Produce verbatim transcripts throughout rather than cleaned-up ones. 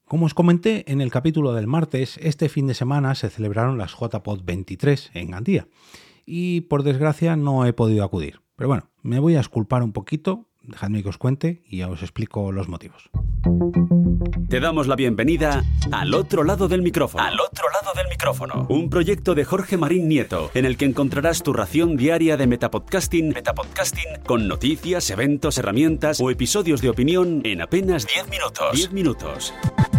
Como os comenté en el capítulo del martes, este fin de semana se celebraron las J P O D veintitrés en Gandía y por desgracia no he podido acudir. Pero bueno, me voy a exculpar un poquito, dejadme que os cuente y ya os explico los motivos. Te damos la bienvenida al otro lado del micrófono. Al otro lado del micrófono. Un proyecto de Jorge Marín Nieto, en el que encontrarás tu ración diaria de metapodcasting, metapodcasting con noticias, eventos, herramientas o episodios de opinión en apenas diez minutos. diez minutos.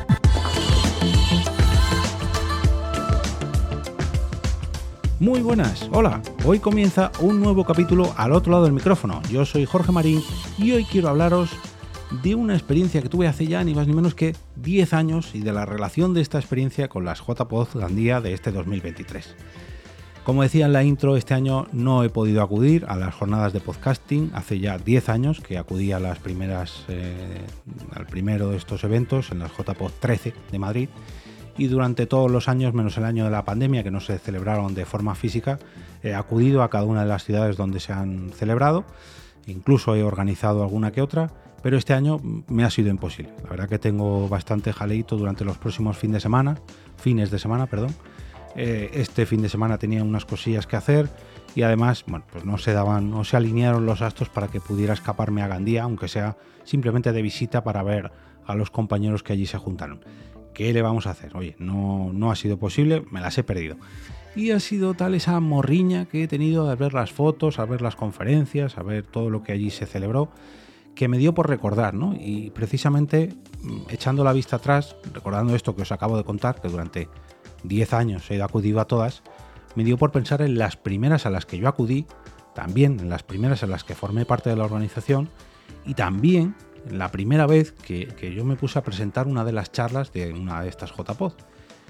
Muy buenas, hola, hoy comienza un nuevo capítulo al otro lado del micrófono. Yo soy Jorge Marín y hoy quiero hablaros de una experiencia que tuve hace ya ni más ni menos que diez años y de la relación de esta experiencia con las J P O D Gandía de este dos mil veintitrés. Como decía en la intro, este año no he podido acudir a las jornadas de podcasting. Hace ya diez años que acudí a las primeras, eh, al primero de estos eventos en las J P O D trece de Madrid. Y durante todos los años, menos el año de la pandemia, que no se celebraron de forma física, he acudido a cada una de las ciudades donde se han celebrado, incluso he organizado alguna que otra, pero este año me ha sido imposible. La verdad que tengo bastante jaleíto durante los próximos fines de semana, fines de semana, perdón. Eh, este fin de semana tenía unas cosillas que hacer y además, bueno, pues no se daban, no se alinearon los astros para que pudiera escaparme a Gandía, aunque sea simplemente de visita para ver a los compañeros que allí se juntaron. ¿Qué le vamos a hacer? Oye, no, no ha sido posible, me las he perdido. Y ha sido tal esa morriña que he tenido al ver las fotos, al ver las conferencias, a ver todo lo que allí se celebró, que me dio por recordar, ¿no? Y precisamente echando la vista atrás, recordando esto que os acabo de contar, que durante diez años he acudido a todas, me dio por pensar en las primeras a las que yo acudí, también en las primeras a las que formé parte de la organización y también la primera vez que, que yo me puse a presentar una de las charlas de una de estas J P O D.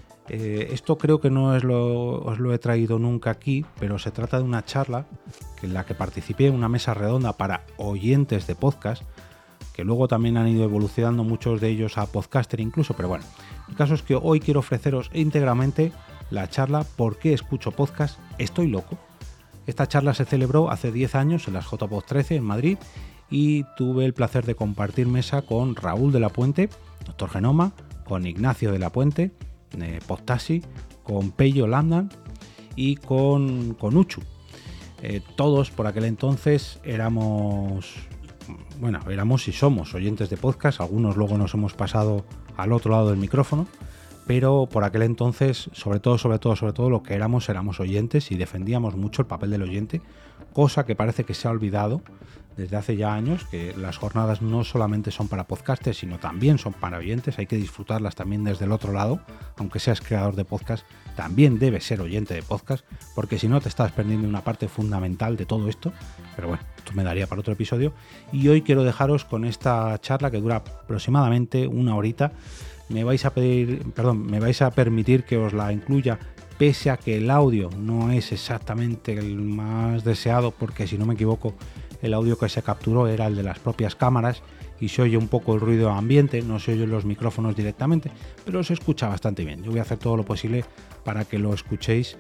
Eh, esto creo que no es lo, os lo he traído nunca aquí, pero se trata de una charla en la que participé en una mesa redonda para oyentes de podcast, que luego también han ido evolucionando muchos de ellos a podcaster incluso, pero bueno, el caso es que hoy quiero ofreceros íntegramente la charla ¿Por qué escucho podcast? Estoy loco. Esta charla se celebró hace diez años en las J P O D trece en Madrid y tuve el placer de compartir mesa con Raúl de la Puente, Doctor Genoma, con Ignacio de la Puente, de Podtaxi, con Pello Lambda y con, con Uchu. Eh, todos por aquel entonces éramos, bueno, éramos y somos oyentes de podcast, algunos luego nos hemos pasado al otro lado del micrófono, pero por aquel entonces, sobre todo, sobre todo, sobre todo lo que éramos, éramos oyentes y defendíamos mucho el papel del oyente, cosa que parece que se ha olvidado desde hace ya años, que las jornadas no solamente son para podcasters, sino también son para oyentes, hay que disfrutarlas también desde el otro lado, aunque seas creador de podcast, también debes ser oyente de podcast, porque si no te estás perdiendo una parte fundamental de todo esto, pero bueno, esto me daría para otro episodio, y hoy quiero dejaros con esta charla que dura aproximadamente una horita. Me vais a pedir, perdón, me vais a permitir que os la incluya, pese a que el audio no es exactamente el más deseado, porque si no me equivoco, el audio que se capturó era el de las propias cámaras y se oye un poco el ruido ambiente, no se oyen los micrófonos directamente, pero se escucha bastante bien. Yo voy a hacer todo lo posible para que lo escuchéis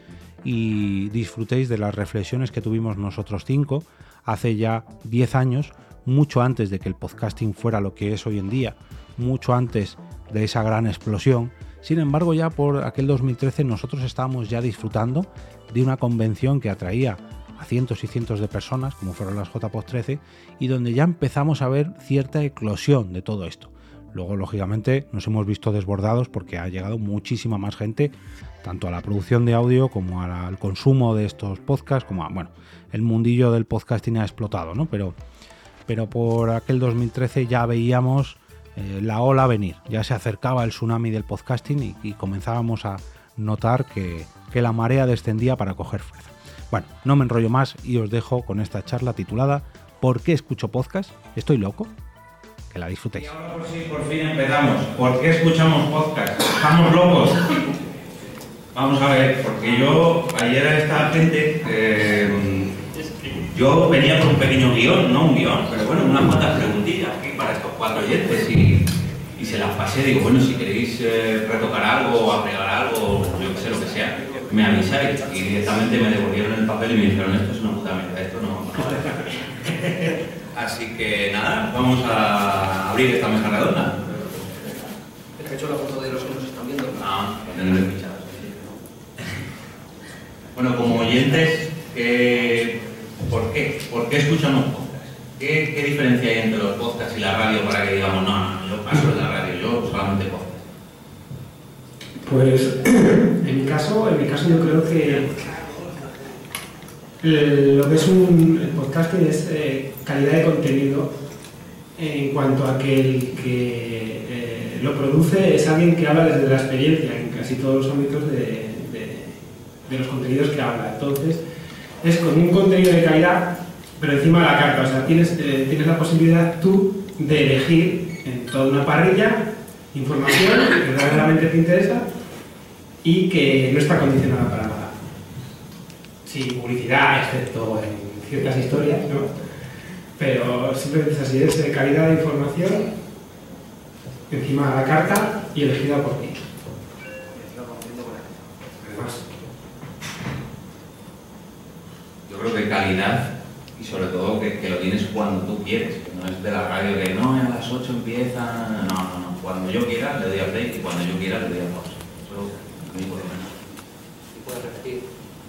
y disfrutéis de las reflexiones que tuvimos nosotros cinco hace ya diez años, mucho antes de que el podcasting fuera lo que es hoy en día, mucho antes de esa gran explosión. Sin embargo, ya por aquel dos mil trece nosotros estábamos ya disfrutando de una convención que atraía a cientos y cientos de personas, como fueron las J P O D trece, y donde ya empezamos a ver cierta eclosión de todo esto. Luego, lógicamente, nos hemos visto desbordados porque ha llegado muchísima más gente, tanto a la producción de audio como al consumo de estos podcasts, como a, bueno, el mundillo del podcasting ha explotado, ¿no? Pero, pero por aquel dos mil trece ya veíamos eh, la ola venir, ya se acercaba el tsunami del podcasting y, y comenzábamos a notar que, que la marea descendía para coger fuerza. Bueno, no me enrollo más y os dejo con esta charla titulada ¿Por qué escucho podcast? ¿Estoy loco? Que la disfrutéis. Y ahora por sí, por fin empezamos. ¿Por qué escuchamos podcast? ¿Estamos locos? Vamos a ver, porque yo ayer a esta gente, eh, yo venía con un pequeño guión, no un guión, pero bueno, unas cuantas preguntillas aquí para estos cuatro oyentes y, y se las pasé. Digo, bueno, si queréis eh, retocar algo o agregar algo, yo que sé, lo que sea, me avisáis. Y directamente me devolvieron el papel y me dijeron, esto es una puta mierda, esto no, no vale. Así que nada, vamos a abrir esta mesa redonda. he hecho la foto de los que nos están viendo. Ah, que no lo he escuchado. Bueno, como oyentes, ¿qué, ¿por qué? ¿Por qué escuchamos podcasts? ¿Qué, ¿Qué diferencia hay entre los podcasts y la radio para que digamos, no, no, yo paso de la radio, yo solamente podcast? Pues, en mi caso, en mi caso yo creo que el, lo que es un el podcasting es eh, calidad de contenido en cuanto a que el que eh, lo produce es alguien que habla desde la experiencia en casi todos los ámbitos de de los contenidos que habla. Entonces, es con un contenido de calidad, pero encima de la carta. O sea, tienes, eh, tienes la posibilidad tú de elegir en toda una parrilla información que verdaderamente te interesa y que no está condicionada para nada. Sin publicidad, excepto en ciertas historias, ¿no? Pero simplemente es así, es de calidad de información encima de la carta y elegida por ti. Además, yo creo que calidad y sobre todo que, que lo tienes cuando tú quieres, que no es de la radio que no, a las ocho empieza, no, no, no, cuando yo quiera le doy a play y cuando yo quiera le doy a pause. Eso a mí por lo menos. ¿Y puedes repetir?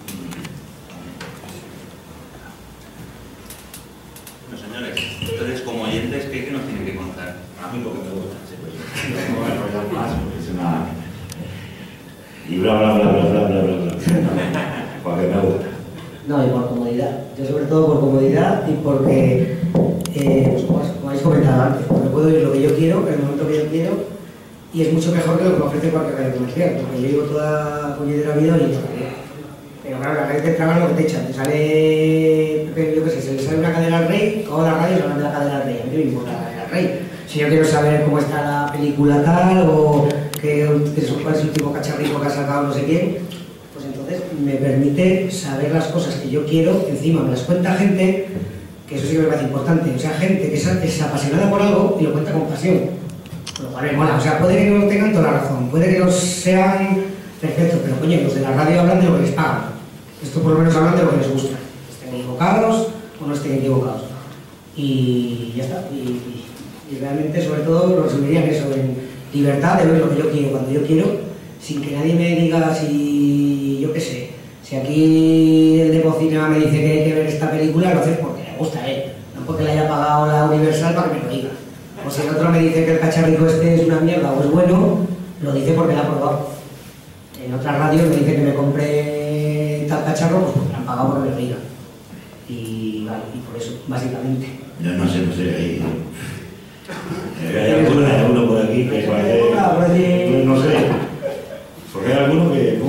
Bueno, señores, entonces como oyentes, ¿qué, qué nos tienen que contar? A mí lo que me gusta, sí, pues yo. No voy a enrollar más porque es una... Y bla bla bla bla bla bla bla bla. Porque me gusta. No, y por comodidad. Yo sobre todo por comodidad y porque, eh, pues como, como habéis comentado antes, porque puedo oír lo que yo quiero, en el momento que yo quiero, y es mucho mejor que lo que me ofrece cualquier radio comercial, porque yo llevo toda puñetera vida oyendo radio. Pero claro, la radio te traga lo que te echan, te sale, yo qué sé, se le sale una cadena al rey, todas las radios hablan de la cadena al rey, a mí no me importa la cadena al rey. Si yo quiero saber cómo está la película tal, o que, cuál es el último cacharrito que ha sacado no sé quién, pues entonces me permite saber las cosas que yo quiero, encima me las cuenta gente, que eso sí que me parece importante, o sea, gente que es, es apasionada por algo y lo cuenta con pasión, lo cual me mola, o sea, puede que no tengan toda la razón, puede que no sean perfectos, pero coño, los de la radio hablan de lo que les pagan, esto por lo menos hablan de lo que les gusta, estén equivocados o no estén equivocados, y ya está, y, y realmente sobre todo lo resumiría en eso, en libertad de ver lo que yo quiero, cuando yo quiero, sin que nadie me diga si, yo qué sé, si aquí el de cocina me dice que hay que ver esta película, lo hace porque le gusta a él, no porque le haya pagado la Universal para que me lo diga. O si el otro me dice que el cacharrico este es una mierda o es bueno, lo dice porque lo ha probado. En otras radios me dice que me compre tal cacharro, pues porque me han pagado porque me lo diga. Y vale, y por eso, básicamente. Yo no sé, no sé, ahí... Hay alguno, hay alguno por aquí que parece... No sé, porque hay alguno que...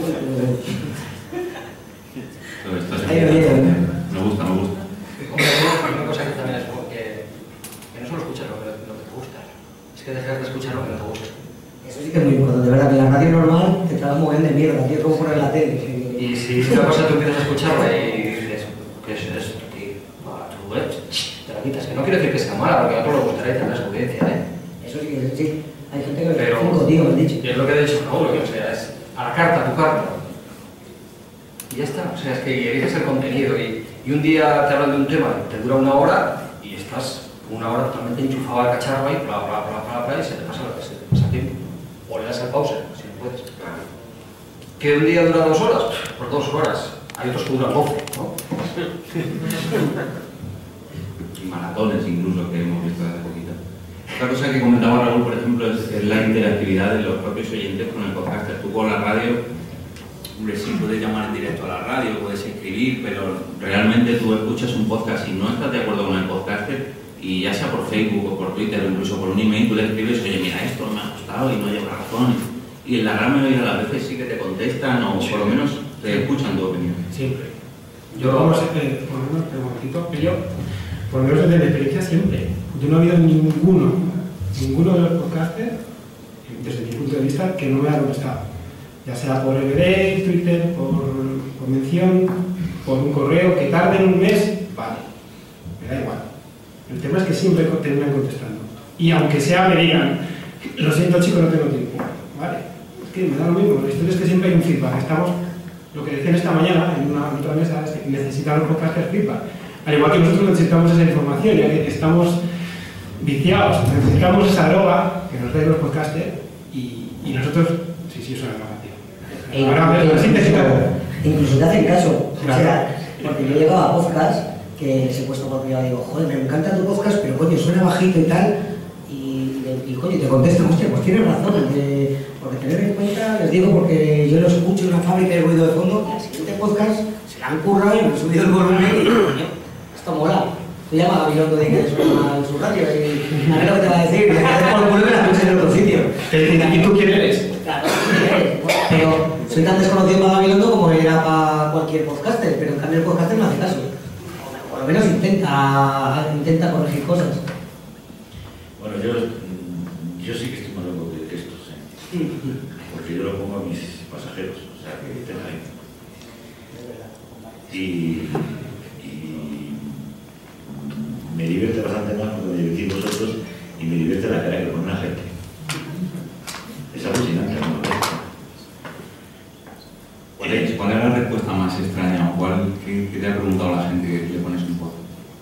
Todo esto es Ahí lo llevo. me gusta, me gusta. Una cosa que también es porque que no solo escuchas lo que, lo que te gusta, es que dejas de escuchar lo que no te gusta. Eso sí que es muy importante, ¿verdad? Que la radio normal te traga muy bien de mierda, tío, como poner la tele. Y si una cosa tú empiezas a escucharla y dices, ¿qué es esto, tío? Va, tú, eh, te la quitas. Que no quiere decir que sea mala, porque a otro le gustará y tendrás audiencia, ¿eh? Eso sí que sí. Hay gente que Pero, cinco, tío, me han dicho. y es lo que he dicho Raúl, o sea, es a la carta, a tu carta. Y ya está, o sea, es que eliges el contenido y, y un día te hablan de un tema que te dura una hora y estás una hora totalmente enchufado al cacharro ahí, bla, bla, bla, bla, bla, y se te pasa lo que se te pasa tiempo. O le das al pause, si no puedes. ¿Que un día dura dos horas? Por dos horas. Hay otros que duran doce, ¿no? Y maratones incluso que hemos visto hace poquito. Otra cosa que comentaba Raúl, por ejemplo, es la interactividad de los propios oyentes con el podcaster. Tú con la radio, hombre, sí puedes llamar en directo a la radio, puedes escribir, pero realmente tú escuchas un podcast y no estás de acuerdo con el podcaster, y ya sea por Facebook o por Twitter o incluso por un email, tú le escribes, oye, mira, esto me ha gustado y no lleva razón. Y en la gran mayoría de las veces sí que te contestan o por lo menos te escuchan tu opinión. Siempre. Yo, vamos a ver, por lo menos, pero un momentito, que yo, por lo menos desde mi experiencia, siempre. Yo no he habido ninguno, ninguno de los podcasters, desde mi punto de vista, que no me haya contestado. Ya sea por el mail, Twitter, por, por mención, por un correo, que tarde un mes, vale, me da igual. El tema es que siempre terminan contestando. Y aunque sea me digan, lo siento chicos, no tengo tiempo, vale. Es que me da lo mismo, la historia es que siempre hay un feedback. Estamos, lo que decían esta mañana en una otra mesa, es que necesitan los podcasters feedback. Al igual que nosotros necesitamos esa información, ya que estamos viciados, necesitamos esa droga que nos den los podcasters y, y nosotros, sí, sí, eso es negativo. E Ahora, incluso, la síntesis. incluso te hacen caso, Claro. o sea, porque yo llegaba a podcast que les he puesto porque yo digo, joder, me encanta tu podcast, pero coño, suena bajito y tal, y, y, y coño, te contestan, hostia, pues tienes razón, porque, porque tener en cuenta, les digo, porque yo lo escucho en una fábrica de ruido de fondo, y al siguiente podcast se la han currado y me han subido el volumen y digo, coño, esto mola. Tú llamas a Gabilondo de que suena en su radio y a ver lo que te va a decir, y le haces por el volumen a escuchar en otro sitio. ¿Y tú quién eres? Claro, pero soy tan desconocido para Gabilondo como era para cualquier podcaster, pero en cambio el podcaster no hace caso. O por lo menos intenta, intenta corregir cosas. Bueno, yo, yo sí que estoy más loco que estos, ¿eh? Porque yo lo pongo a mis pasajeros, o sea, que estén ahí. Y, y me divierte bastante más cuando me divertís vosotros y me divierte la cara que pone la gente. Es alucinante, ¿no? ¿Cuál es, ¿Cuál es la respuesta más extraña o cuál que, que te ha preguntado la gente que le pones un poco?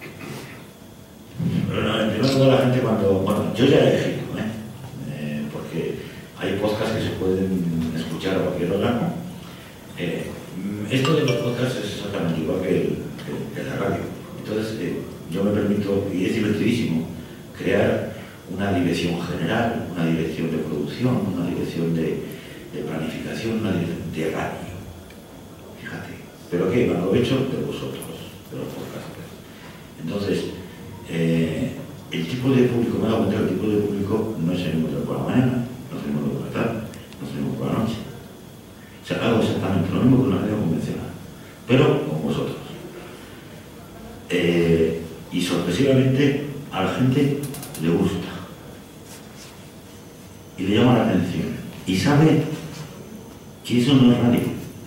Pero no, en primer lugar la gente cuando... Bueno, yo ya he elegido, ¿eh? Eh, porque hay podcasts que se pueden escuchar a cualquier hora. Eh, esto de los podcasts es exactamente igual que, el, que, que la radio. Entonces, eh, yo me permito, y es divertidísimo, crear una dirección general, una dirección de producción, una dirección de, de planificación, una dirección de radio. Fíjate. ¿Pero qué? Me aprovecho de vosotros, de los podcasters. Entonces, eh, el tipo de público, me he dado cuenta que el tipo de público no es el mismo por la mañana, no es el mismo por la tarde, no es el mismo por la noche. O sea, hago exactamente lo mismo que una radio convencional, pero con vosotros. Eh, y sorpresivamente a la gente le gusta y le llama la atención y sabe que eso no es radio.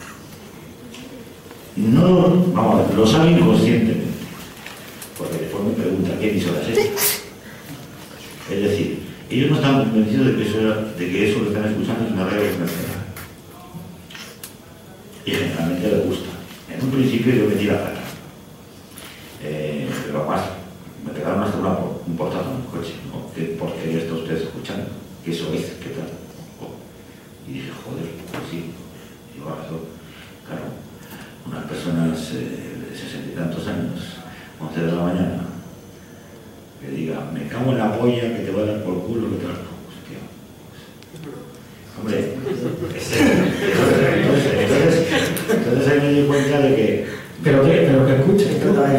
No, vamos a ver, lo sabe inconscientemente, porque después me pregunta qué emisora es esta. Es decir, ellos no están convencidos de que eso, era, de que eso que están escuchando es una radio convencional. Y generalmente les gusta. En un principio yo metí la cara. Eh, pero además, me pegaron hasta una, un portazo en el coche. ¿No? ¿Qué porquería está usted escuchando? ¿Qué eso es? ¿Qué tal? Oh. Y dije, joder, pues sí. Y digo, ahora eso, claro, unas personas eh, de sesenta y tantos años, once de la mañana, que diga, me cago en la polla, que te voy a dar por culo, que te vas a... Hostia. Hombre, entonces, entonces, entonces ahí me di cuenta de que... ¿Pero qué? ¿Pero qué escuchas?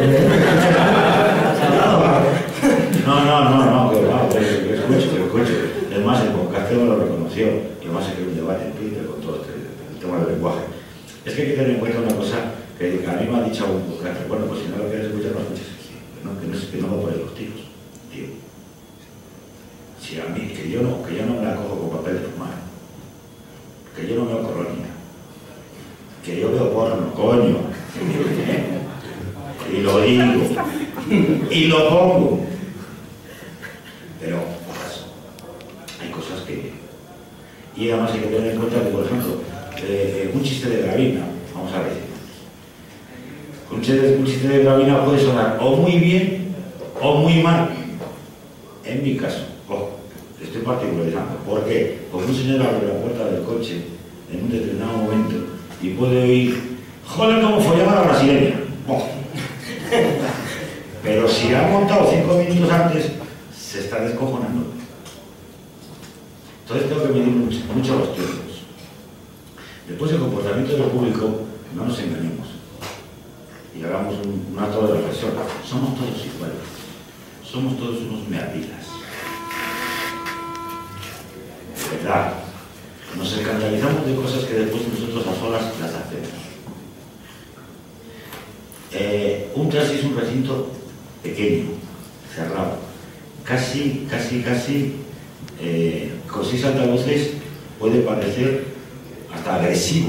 No, no, no, no, que va, que escucho, que escucho. Es más, el podcastero lo reconoció, y además hay un debate en Twitter con todo este el tema del lenguaje. Es que hay que tener en cuenta una cosa que a mí me ha dicho un podcaster, bueno, pues si no lo quieres escuchar, no escuches aquí, que no, que no, que no lo ponen los tiros, tío. Si a mí, que yo no, que yo no me la cojo con papel de fumar, que yo no veo colonia, que yo veo porno, coño, y lo digo, y lo pongo, pero pues, hay cosas que... Y además hay que tener en cuenta que, por ejemplo, eh, un chiste de Gravina, vamos a ver, un chiste, un chiste de Gravina puede sonar o muy bien o muy mal, en mi caso, ojo, estoy particularizando. ¿Por qué? Porque un señor abre la puerta del coche en un determinado momento y puede oír, joder, cómo follaba la brasileña. Oh. Pero si ha montado cinco minutos antes, se está descojonando. Entonces tengo que medir mucho, mucho los tiempos. Después, el comportamiento del público, no nos engañemos. Y hagamos un, un acto de reflexión. Somos todos iguales. Somos todos unos meapilas. De verdad. Nos escandalizamos de cosas que después nosotros a solas las hacemos. Eh, un taxi es un recinto pequeño, cerrado. Casi, casi, casi, eh, con seis altavoces puede parecer hasta agresivo.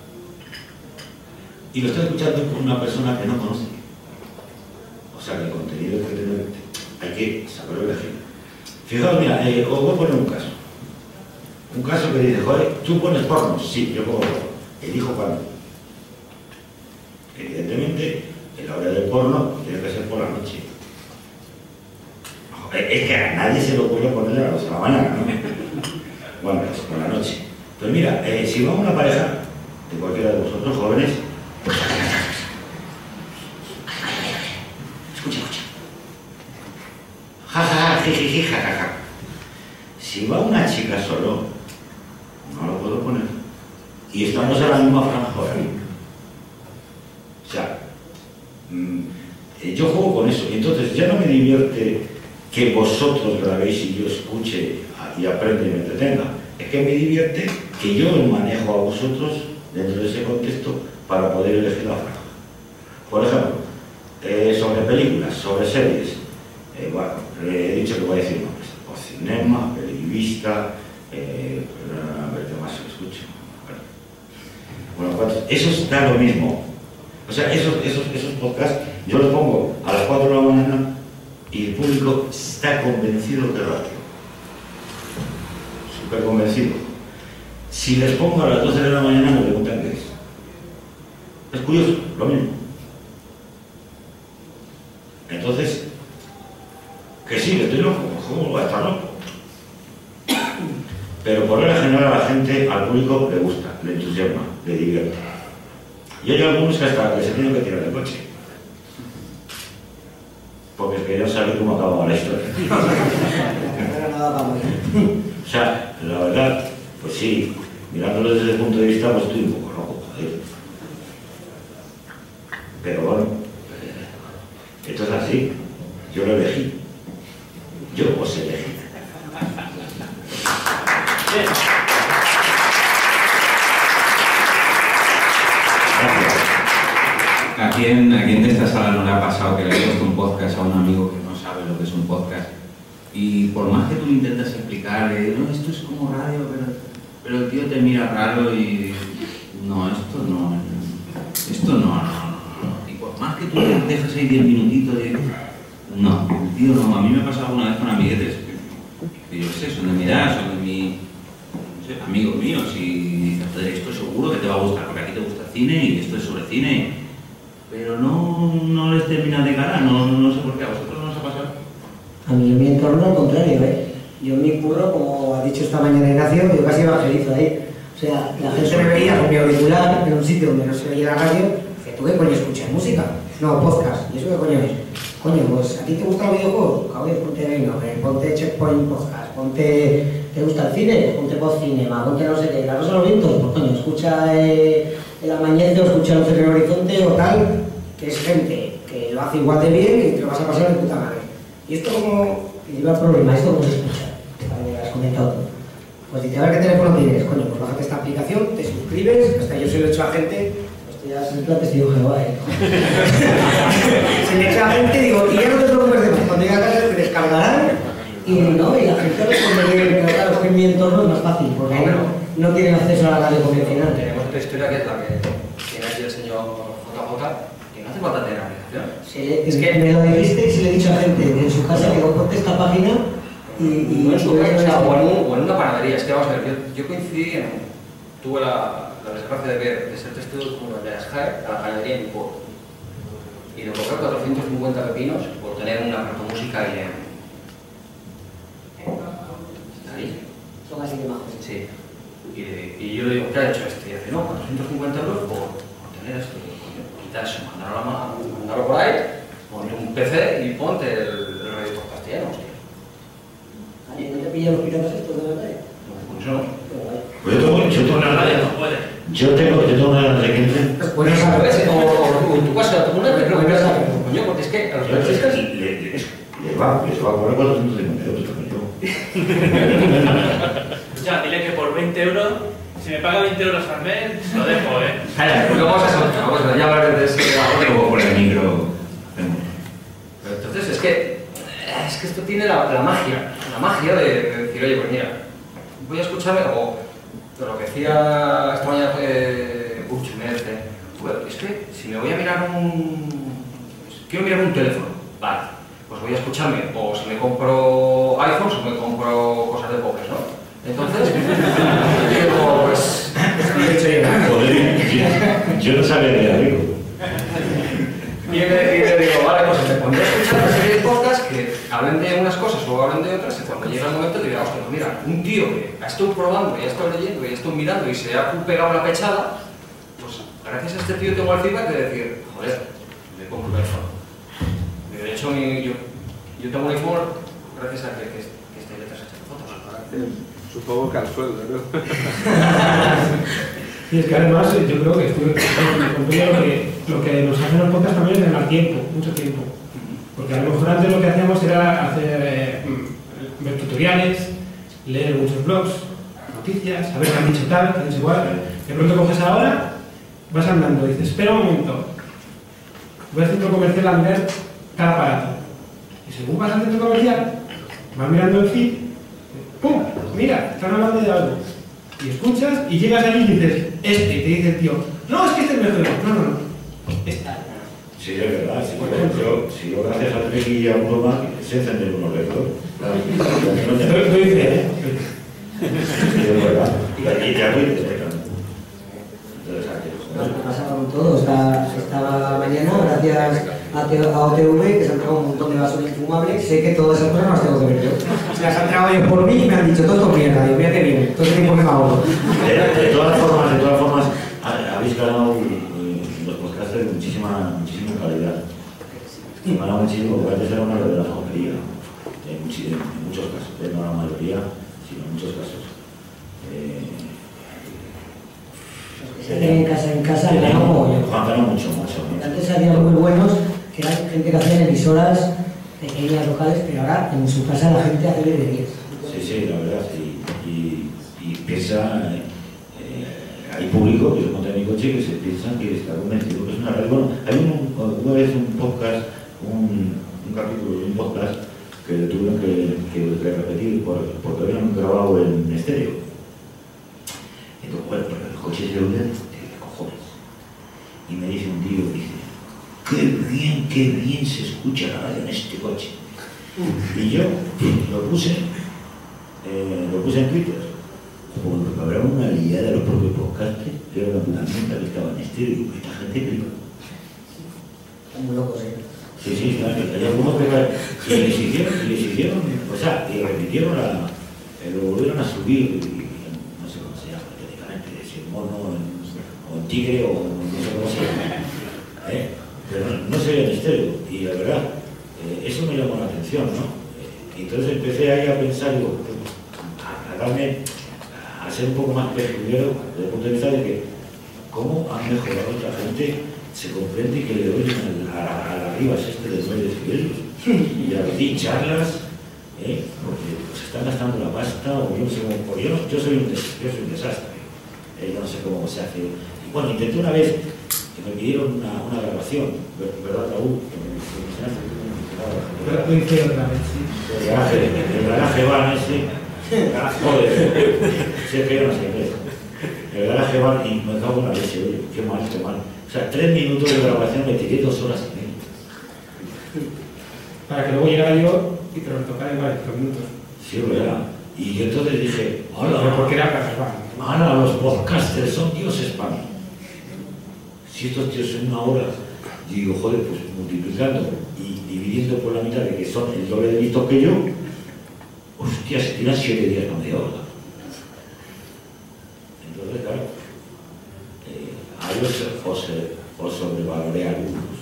Y lo está escuchando con una persona que no conoce. O sea que el contenido hay que tener, hay que saberlo elegir. Fijaos, mira, eh, os voy a poner un caso. Un caso que dice, joder, ¿tú pones porno? Sí, yo pongo porno. Elijo cuándo. Evidentemente, en la hora del porno tiene que ser por la noche. Es que a nadie se le ocurre ponerle a las dos de la mañana, ¿no? bueno, pues por la noche. Pues mira, eh, si va una pareja de cualquiera de vosotros jóvenes, pues escucha, escucha. Ja, ja, ja, jijiji, ja, ja, ja. Si va una chica solo, no lo puedo poner. Y estamos en la misma franja horaria. O sea, mmm, yo juego con eso. Entonces ya no me divierte que vosotros grabéis y yo escuche y aprenda y me entretenga. Es que me divierte que yo os manejo a vosotros dentro de ese contexto para poder elegir la franja. Por ejemplo, eh, sobre películas, sobre series. Eh, bueno, he dicho que voy a decir nombres. O cinema, pelivista, eh, a ver qué más se escucha. Bueno, pues eso está lo mismo. O sea, esos, esos, esos podcasts yo los pongo a las cuatro de la mañana y el público está convencido de radio. Súper convencido. Si les pongo a las doce de la mañana me preguntan qué es. Es curioso, lo mismo. Entonces, que sí, que estoy loco, ¿cómo va a estar loco? Pero por regla general a la gente, al público le gusta, le entusiasma, le divierte. Y hay algunos que hasta que se tienen que tirar del coche. Porque querían saber cómo acababa la historia. O sea, la verdad, pues sí, mirándolo desde el punto de vista, pues estoy un poco loco, joder. Pero bueno, eh, esto es así. Yo lo elegí. Yo os elegí. ¿A quién, ¿A quién de esta sala no le ha pasado que le ha puesto un podcast a un amigo que no sabe lo que es un podcast? Y por más que tú le intentas explicarle, no, esto es como radio, pero, pero el tío te mira raro y... No, esto no... Esto no, no, no, no. Y por más que tú le dejes ahí diez minutitos y... No, el tío no. A mí me ha pasado alguna vez con amiguetes que, que yo sé, son de mi edad, son de mi... No sé, amigos míos y... Esto seguro que te va a gustar, porque aquí te gusta el cine y esto es sobre cine. Pero no, no les termina de cara, no, no sé por qué. ¿A vosotros no os ha pasado? A mí en mi entorno al contrario, ¿eh? Yo en mi curro, como ha dicho esta mañana Ignacio, yo casi evangelizo ahí. O sea, la gente me veía con mi auricular en un sitio donde no se veía la radio, dice, ¿tú qué coño escuchas? ¿Música? No, podcast. ¿Y eso qué coño es? Coño, pues ¿a ti te gustan los videojuegos? Cabrón, ponte Venga, ponte Checkpoint Podcast, ponte... ¿Te gusta el cine? Ponte Podcinema, ponte no sé qué. ¿La Rosa de los Vientos? Pues coño, escucha eh, El Amañece o escucha Luces en el Horizonte o tal, que es gente que lo hace igual de bien y te lo vas a pasar de puta madre. Y esto como... Y lleva el problema, ¿esto cómo se escucha? Vale, has comentado todo. Pues dice, a ver qué teléfono tienes, coño, pues bájate esta aplicación, te suscribes, hasta yo se lo he hecho a gente, esto ya es en plan testigo de Jehová, ¿eh? Se le echa a gente, digo, y ya no te preocupes de más, cuando llegue a casa te descargarán y no, y la gente responde bien, pero claro, es que en mi entorno es más fácil, porque no, no tienen acceso a la radio convencional. Tenemos otra historia que es la que tiene aquí el señor J J, que no hace falta tener aplicación. Sí, es que me lo dijiste y se le he dicho a gente en su casa que ponte esta página y... y no en su casa, o, sea, o, en un, o en una panadería. Es que vamos a ver, yo, yo coincidí, en, tuve la, la desgracia de ver, de ser testigo de la SGAE a la panadería en mi pueblo. Y de comprar cuatrocientos cincuenta pepinos por tener una música ahí en... ¿Está ahí? Son así de majos. Sí. Y, y yo le digo, ¿qué ha hecho este? Y dice, no, cuatrocientos cincuenta euros por, por tener esto. Quita eso, mandarlo, mandarlo por ahí, ponle un P C y ponte el, el radio por castellano, hostia. ¿Y no te pillan los piratas estos de verdad? No, pues eso no. Pues yo tengo, yo tengo una radio, no puede. Yo tengo, yo tengo una de quince. Pues eso, ¿ves? O, o en tu casa, tu mujer, pero que no coño, porque es que a los periodistas les va, les va a cobrar cuatrocientos cincuenta euros también yo. Ya, dile que por veinte euros, si me paga veinte euros al mes, lo dejo, ¿eh? Pues vamos a soltar, vamos a ya hablar de eso ahora. Luego por el micro. Pero entonces es que, es que esto tiene la, la magia, la magia de, de decir, oye, pues mira, voy a escucharme, o de lo que decía esta mañana eh, Uchi, me dice, bueno, es que si me voy a mirar un... quiero mirar un teléfono, vale, pues voy a escucharme, o si me compro iPhones o me compro cosas de pobres, ¿no? Entonces, digo, pues, Joder, yo no sabía de amigo. Y le, y le digo, vale, pues me pondré a escuchar una serie de podcasts que hablen de unas cosas o hablen de otras, y cuando llega el momento te dirá, hostia, pues mira, un tío que ha estado probando, y ha estado leyendo, y ha estado mirando, y se ha pegado la pechada, pues gracias a este tío tengo el feedback de decir, joder, me compro un iPhone. De hecho, mi, yo, yo tengo un iPhone gracias a que, que, que estáis detrás echando fotos. Supongo que al sueldo, ¿no? Y es que además yo creo que estoy lo que, lo que nos hacen los podcasts también es ganar tiempo, mucho tiempo. Porque a lo mejor antes lo que hacíamos era hacer, eh, ver tutoriales, leer muchos blogs, noticias, saber qué han dicho tal, qué han dicho igual. De pronto coges ahora, vas andando y dices, espera un momento, voy al centro comercial a mirar cada aparato. Y según vas al centro comercial, vas mirando el feed, ¡pum! Mira, están hablando de algo. Y escuchas y llegas allí y dices, este, y te dice el tío, no, es que este es mejor. No, no, no, esta. Sí, es verdad. Si yo, yo, si yo gracias a Trek y a uno más, se encenden unos lectores. Claro. Lo dice, ¿eh? Sí, es verdad. Y ya lo dices, ¿eh? Nos pasa con todo. Esta, esta mañana, gracias a, a O T V, que se han tragado un montón de basura infumable, sé que todas esas cosas no las tengo que ver yo. Se las han tragado ellos por mí y me han dicho, todo esto mierda, Dios mío, que viene, todo ese tiempo que me ahorro. De, de todas formas, de todas formas, habéis ganado los podcasters de muchísima, muchísima calidad. Y me ha ganado muchísimo, porque antes era una verdadera jodería, en, en muchos casos, ¿eh? No la mayoría, sino en muchos casos. Eh, En casa, en casa, le ganó mogollón. Ganó mucho, mucho, mucho. Antes había muy buenos, que eran gente que hacían emisoras pequeñas locales, pero ahora en su casa la gente hace de diez. Sí, sí, la verdad, sí. Y, y piensa, eh, hay público que se monta en mi coche que se piensa que está convencido que es una radio. Bueno, hay un, una vez un podcast, un, un capítulo de un podcast que le tuvieron que, que, que repetir por, porque habían grabado en estéreo. Entonces, bueno, pero el coche se oye de cojones. Y me dice un tío, dice, qué bien, qué bien se escucha la radio en este coche. Y yo lo puse, eh, lo puse en Twitter. Como que habrá una liada de los propios podcasters, que era una mierda que estaba en estéreo, y esta gente flipa. Están muy locos, ¿eh? Sí, sí, claro, hay algunos que y les hicieron, y les hicieron, o sea, y repitieron, la, eh, lo volvieron a subir, y, no sé cómo se llama, técnicamente, si el mono, o el tigre, o no sé cómo se llama, ¿eh? Pero no, no se veía en estéreo, y la verdad, eh, eso me llamó la atención, ¿no? Eh, entonces empecé ahí a pensar, digo, a, a darme, a ser un poco más peculiar desde el punto de vista de que cómo han mejorado esta gente, se comprende que le oyen a, a, a la ribas este de nueve decibelios y a decir charlas, ¿eh? Porque se están gastando la pasta, o yo no sé cómo, yo, no, yo, soy, un des, yo soy un desastre, ¿eh? Yo no sé cómo se hace. Y bueno, intenté una vez que me pidieron una, una grabación, ¿verdad, Raúl? Que me mencionaste tú, Pero lo hice otra vez, sí. El garaje, el garaje van ese, joder, sé que yo no sé qué es. El garaje van y me cago en la leche, oye, qué mal, qué mal. O sea, tres minutos de grabación me tiré dos horas y media. Para que luego llegara yo y te lo tocara en cuarenta minutos. Sí, ¿verdad? Y yo entonces dije, hola, porque era carnaval. hola, los podcasters son dioses para mí. Si estos tíos en una hora, digo, joder, pues multiplicando y dividiendo por la mitad de que son el doble de listos que yo, hostia, se tiran siete días no media hora. Entonces, claro, eh, a ellos os, os sobrevaloré a algunos.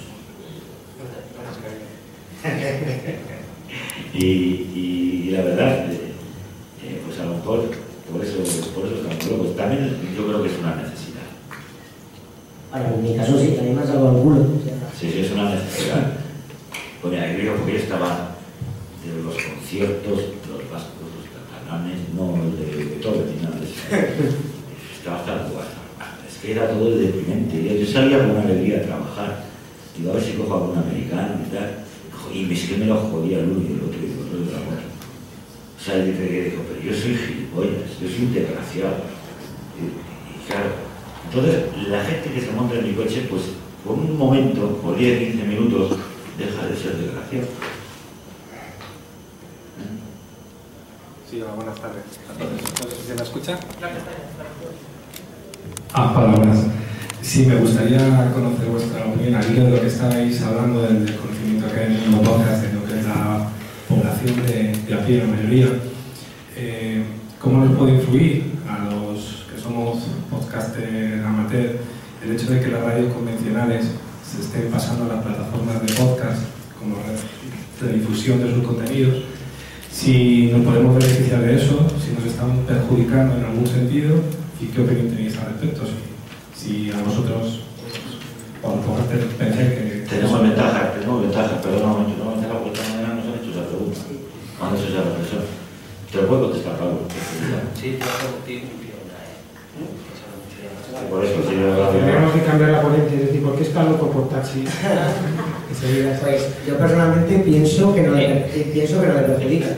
y, y, y la verdad, eh, eh, pues a lo mejor, por eso, por eso estamos locos. También yo creo que es una necesidad. Ahora, en mi caso sí, a mí me ha salvado el culo. O sea, Sí, sí, es una necesidad. Pues mira, yo porque yo estaba de los conciertos, de los vascos, los catalanes, no de, de todo, ni nada de eso. Estaba hasta la guarda. Es que era todo deprimente. Yo salía con una alegría a trabajar. Digo, a ver si cojo a algún americano y tal. Y es que me lo jodía el uno y el otro y el otro y el otro. O sea, yo digo, pero yo soy gilipollas, yo soy un desgraciado. Y, y claro, entonces la gente que se monta en mi coche, pues por un momento, por diez, quince minutos, deja de ser desgraciado. Sí, hola, buenas tardes. No sé si se me escucha. Ah, palabras. Sí, me gustaría conocer vuestra opinión al hilo de lo que estáis hablando del desconocimiento que hay en el mundo podcast, de lo que es la población de, de la decir la mayoría, eh, ¿cómo nos puede influir a los que somos podcasters amateur el hecho de que las radios convencionales se estén pasando a las plataformas de podcast como red de difusión de sus contenidos? Si nos podemos beneficiar de eso, si nos están perjudicando en algún sentido, ¿y qué opinión tenéis al respecto? Si, si a vosotros os pensáis que... Tenemos ventajas, tenemos ventajas, perdón un momento, no ventaja porque esta mañana nos han hecho esa pregunta, me han hecho esa reflexión. Te lo puedo contestar, Pablo. Sí, claro, sí. Por eso, si yo... Tenemos que cambiar la ponencia, es decir, ¿por qué está loco por taxi? Pues yo personalmente pienso que no le, pienso que no le perjudica.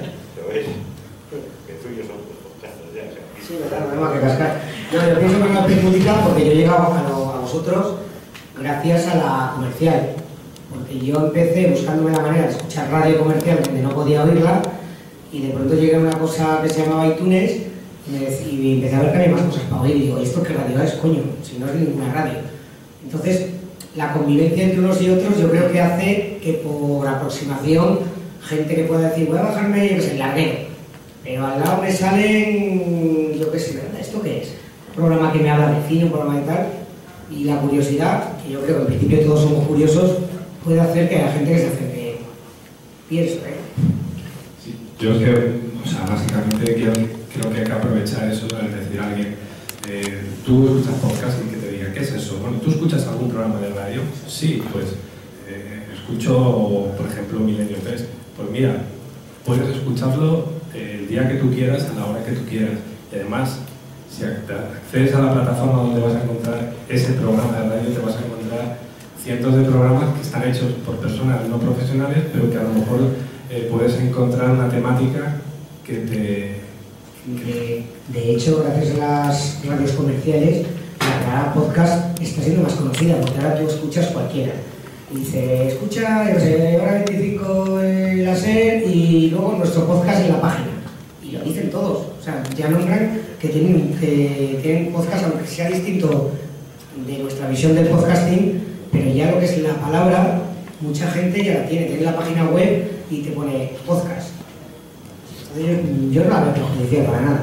Sí, verdad, no tengo que cascar. No, yo pienso que no le perjudica porque yo he llegado a, lo, a vosotros gracias a la comercial. Porque yo empecé buscándome la manera de escuchar radio comercial donde no podía oírla y de pronto llegué a una cosa que se llamaba iTunes y me empecé a ver que había más cosas para oír y digo, ¿esto qué radio es, coño? Si no es ninguna radio. Entonces, la convivencia entre unos y otros yo creo que hace que por aproximación gente que pueda decir, voy a bajarme, yo qué sé, el larguero, pero al lado me salen, yo qué sé, ¿verdad? ¿Esto qué es? Un programa que me habla de cine, un programa de tal, y la curiosidad, que yo creo que en principio todos somos curiosos, puede hacer que haya gente que se acerque. Pienso, ¿eh? Sí, yo es que, o sea, básicamente quiero, creo que hay que aprovechar eso al decir a alguien, eh, tú escuchas podcast y que te diga, ¿qué es eso? Bueno, ¿tú escuchas algún programa de radio? Sí, pues eh, escucho, por ejemplo, Milenio tres. Pues mira, puedes escucharlo el día que tú quieras, a la hora que tú quieras. Y además, si accedes a la plataforma donde vas a encontrar ese programa de radio, te vas a encontrar cientos de programas que están hechos por personas no profesionales, pero que a lo mejor eh, puedes encontrar una temática que te... De, de hecho, gracias a las radios comerciales, la palabra podcast está siendo más conocida, porque ahora tú escuchas cualquiera. Y dice, escucha, yo sé, hora veinticinco en la SER y luego nuestro podcast en la página. Y lo dicen todos. O sea, ya nombran que tienen, que tienen podcast, aunque sea distinto de nuestra visión del podcasting, pero ya lo que es la palabra, mucha gente ya la tiene. Tiene la página web y te pone podcast. Entonces, yo no la veo perjudicial para nada.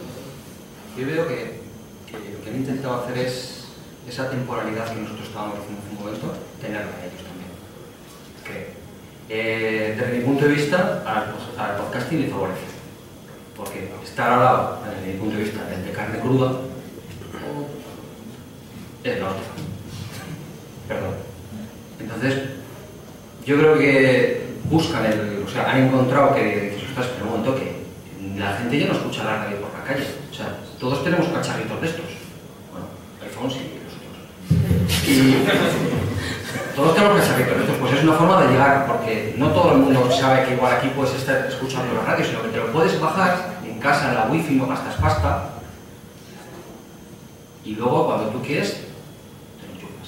Yo veo que, que lo que han intentado hacer es esa temporalidad que nosotros estábamos haciendo en un momento, tenerla ellos también. Que, eh, desde mi punto de vista, al, al podcasting le favorece. Porque estar al lado, desde mi punto de vista, del de carne cruda, es norte. Perdón. Entonces, yo creo que buscan el, o sea, han encontrado que, que ostras, pero un momento que la gente ya no escucha la radio por la calle. O sea, todos tenemos cacharritos de estos. Bueno, iPhone sí, nosotros. Y todos tenemos cacharritos de estos. Pues es una forma de llegar, porque no todo el mundo sabe que igual aquí puedes estar escuchando la radio, sino que te lo puedes bajar en casa, en la wifi, no gastas pasta. Y luego, cuando tú quieres, te lo chupas.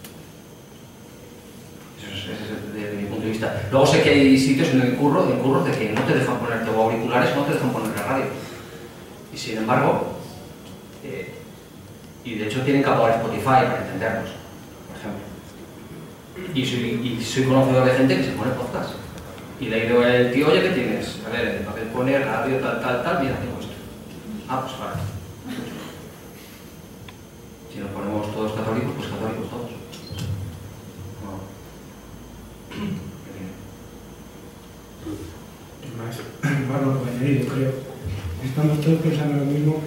Eso es, ese es desde mi punto de vista. Luego sé que hay sitios en el curro, en el curro de que no te dejan ponerte o auriculares, no te dejan poner la radio. Y sin embargo, eh, y de hecho tienen que apagar Spotify para entendernos, por ejemplo. Y soy, y soy conocedor de gente que se pone podcast. Y le digo al tío, oye, ¿qué tienes? A ver, en el papel pone radio, tal, tal, tal, mira, tengo esto. Ah, pues vale. Si nos ponemos todos católicos, pues católicos todos. No. Más, más lo puedo añadir, yo creo. Estamos todos pensando lo mismo.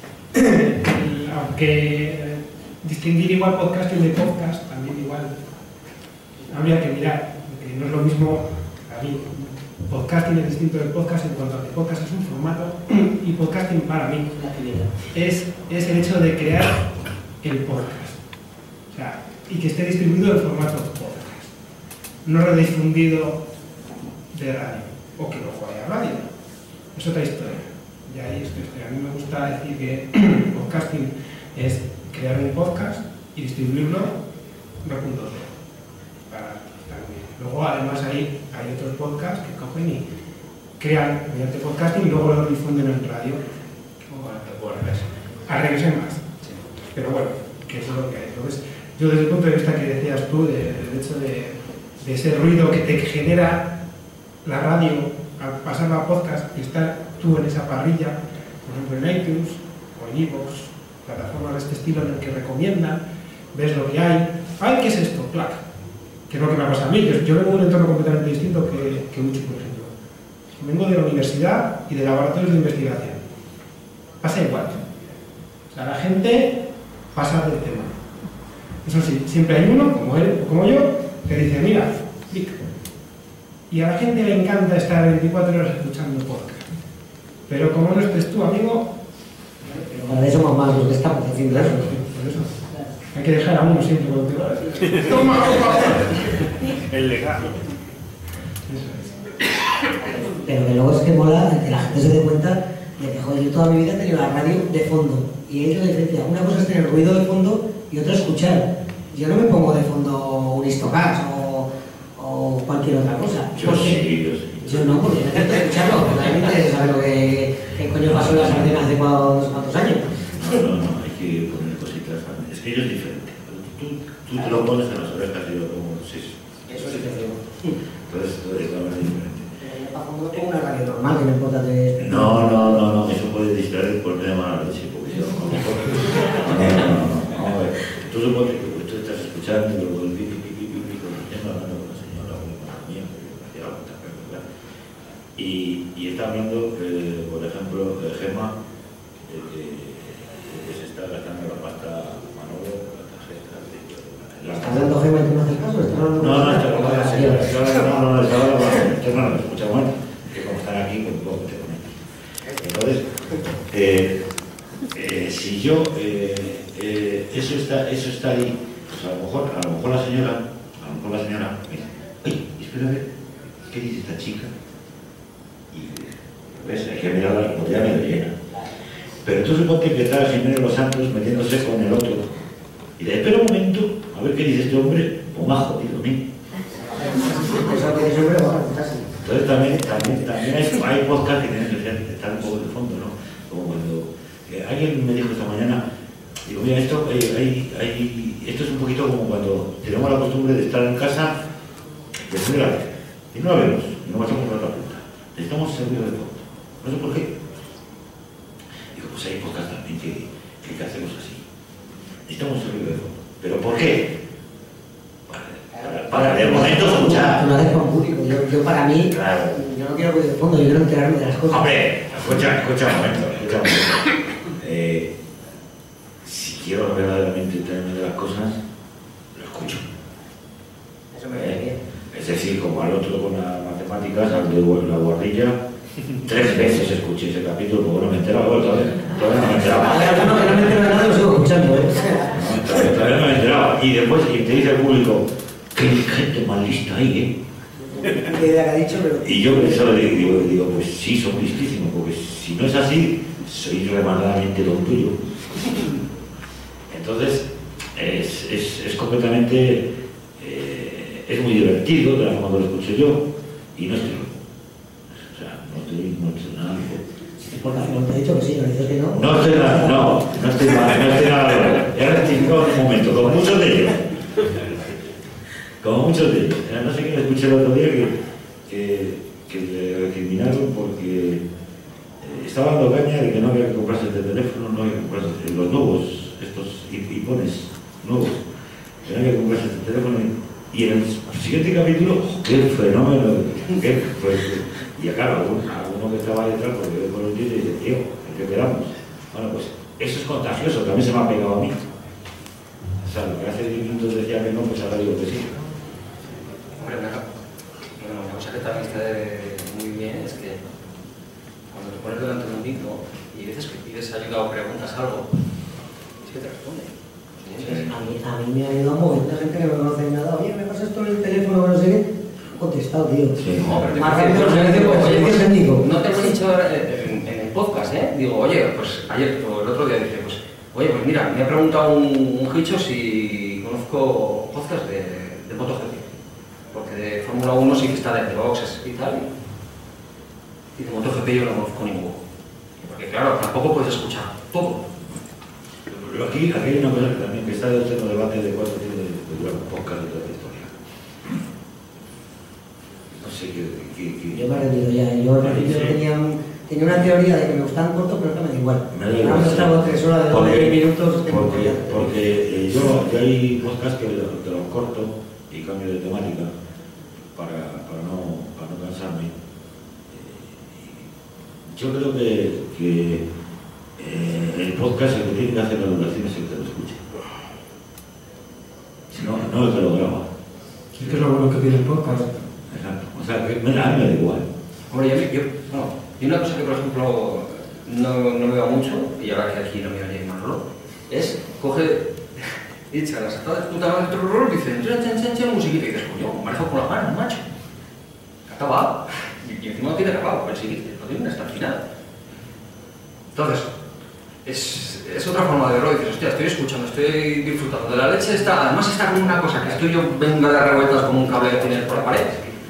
Aunque eh, distinguir igual podcasting de podcast, también igual habría que mirar, porque no es lo mismo. Para mí, podcasting es distinto del podcast en cuanto a que podcast es un formato y podcasting para mí es, es el hecho de crear el podcast, o sea, y que esté distribuido en formato podcast, no redifundido de radio, o que luego haya radio, es otra historia. Y ahí estoy, a mí me gusta decir que podcasting es crear un podcast y distribuirlo dos punto cero. Luego, además, ahí hay otros podcasts que cogen y crean mediante podcasting y luego lo difunden en radio. O al revés. Al revés hay más. Sí. Pero bueno, que eso es lo que hay. Entonces, yo desde el punto de vista que decías tú, de, del hecho de, de ese ruido que te genera la radio al pasar a podcast y estar tú en esa parrilla, por ejemplo en iTunes o en iVoox, plataformas de este estilo en el que recomiendan, ves lo que hay. ¡Ay, qué es esto! ¡Clac! Que es lo que me ha pasado a mí. Yo, yo vengo de un entorno completamente distinto que, que muchos, por ejemplo. Vengo de la universidad y de laboratorios de investigación. Pasa igual. O sea, la gente pasa del tema. Eso sí, siempre hay uno, como él o como yo, que dice, mira, clic. Y a la gente le encanta estar veinticuatro horas escuchando podcast. Pero como no estés tú, amigo... Pero para eso somos más los que estamos haciendo eso. Por eso. Hay que dejar a uno siempre cuando te va. ¡Toma, toma! El legado. Pero que luego es que mola que la gente se dé cuenta de que, joder, yo toda mi vida he tenido la radio de fondo. Y he hecho diferencia. Una cosa es tener ruido de fondo y otra escuchar. Yo no me pongo de fondo un Histocast o, o cualquier otra cosa. Yo sí, yo sí. Yo no, porque me encanta escucharlo, porque a mí me interesa saber lo que, qué coño pasó en la sartén hace no sé cuántos años. No, no, no, hay que poner cositas también. Es que ello es diferente. Tú, tú te lo pones en las orejas y yo como, sí, sí. Eso sí que digo. Entonces, es la verdad diferente. Para fondo pongo una radio normal, que no importa de... No, no, no, no, eso puede distraer por medio de mala leche, porque yo no, no, no, no, no, vamos a ver. Tú supones que tú estás escuchando y luego el pipi, pipi, pipi, con el tema, hablando con la señora, o con la mía, que hacía la puta, ¿verdad? Y, y está hablando, eh, por ejemplo, de Gema, de que, de que se está gastando la pasta Manolo, la tarjeta, la... ¿Estás dando Gema y tú no haces caso? No, no, está con la señora, no, no, no, está hablando con la señora, no, no, escucha un momento, que como están aquí, pues poco te conecto. Entonces, eh, eh, si yo, eh, eh, eso está, eso está ahí, pues a lo mejor, a lo mejor la señora, a lo mejor la señora me dice, oye, espera a ver, ¿qué dice esta chica? Y ves, hay que mirar la botella medio llena. Pero tú suponte que estás en medio de los santos metiéndose con el otro. Y de espera un momento, a ver qué dice este hombre, o más jodido a mí. Entonces también, también, también hay, hay podcasts que tienen que estar un poco de fondo, ¿no? Como cuando eh, alguien me dijo esta mañana, digo, mira, esto, eh, hay, hay, esto es un poquito como cuando tenemos la costumbre de estar en casa, de subir la vez, y no la vemos, y no pasamos por la puta. Necesitamos servicio de fondo. No sé por qué. Digo, pues hay podcasts también que, que, que hacemos así. Necesitamos servicio de fondo. ¿Pero por qué? Para, para de momento escuchar. No haces con público. Yo, yo para mí, claro. Yo no quiero ruido de fondo, yo quiero enterarme de las cosas. Hombre, escucha, escucha un momento, escucha un momento. Eh, si quiero verdaderamente enterarme de las cosas, lo escucho. Eso me parece bien. Es decir, como al otro con las matemáticas, al de la guardilla, tres veces escuché ese capítulo, porque no me he enterado, bueno, todavía, todavía no me he enterado. Yo no, no me entero de nada, lo sigo escuchando, ¿eh? No, todavía, todavía no me he enterado. Y después, y te dice el público, qué gente más lista hay, ¿eh? ¿Qué idea que ha dicho? Pero... Y yo pensaba, digo, digo, pues sí, son listísimos, porque si no es así, soy rematadamente tonto yo. Entonces, es, es, es completamente, eh, es muy divertido, de la forma que lo escucho yo, y no estoy loco. O sea, no estoy, no estoy nada loco. Porque no te he dicho que sí, no dices que no. No estoy nada, no, no estoy nada, no estoy nada loco. He rectificado en un momento, como muchos de ellos. Como muchos de ellos. No sé quién escuché el otro día que, que, que le recriminaron porque eh, estaba dando caña de que no había que comprarse el teléfono, no había que comprarse los nuevos, estos hipones nuevos, que no había que comprarse el teléfono. Y en el siguiente capítulo, ¡oh, qué fenómeno! Qué, pues, y acá alguno, alguno que estaba detrás, porque yo con el tío y dice, tío, ¿en qué quedamos? Bueno, pues eso es contagioso, también se me ha pegado a mí. O sea, lo que hace diez minutos decía que no, pues ahora digo que sí. Hombre, una, bueno, una cosa que también está muy bien es que cuando te pones delante de un micro y dices que pides ayuda o preguntas algo, es que te responde. Sí, a, mí, a mí me ha ayudado un montón de gente que no me conoce ni nada. Oye, me pasas esto en el teléfono, no sé qué. Contestado, tío. Sí. No, pero te Más parece- rápido, no, servicio, no, servicio oye, técnico. No te lo he dicho en, en el podcast, ¿eh? Digo, oye, pues ayer o el otro día dije, pues, oye, pues mira, me ha preguntado un, un hicho si conozco podcast de, de MotoGP. Porque de Fórmula uno sí que está de boxes y tal. Y de MotoGP yo no conozco ninguno. Porque claro, tampoco puedes escuchar todo. Pero aquí, aquí hay una cosa que también que está en el debate de cuánto tiene de durar un podcast de toda la historia. No sé sé qué... qué, qué... Yo me he rendido ya. Yo al principio sí. tenía, tenía una teoría de que me gustaban cortos, pero que me da igual. Me da igual. Ahora trago tres horas de doce minutos. Porque, porque eh, yo, yo hay podcasts que te los corto y cambio de temática para, para, no, para no cansarme. Yo creo que, que eh, el podcast el que tiene que hacer la duración es el que lo escuche. Si no, no el que lo graba. Es que es lo bueno que tiene el podcast. Exacto. O sea, que me, a mí me da igual. Hombre, yo, yo, no, y una cosa que, por ejemplo, no, no me va mucho, y ahora que aquí no me oye Manolo, es coge y echa las atadas puta madre de terror y dice, chan, chan, chan, chan, musiquita, y dices, coño, me ha dejado con la mano, macho. Que ha acabado. Y, y encima no tiene acabado, el siguiente, no tiene hasta el final. Entonces, es, es otra forma de verlo, dices, hostia, estoy escuchando, estoy disfrutando de la leche, está, además está como una cosa que estoy yo vengo de revueltas como un cable que tienes por la pared.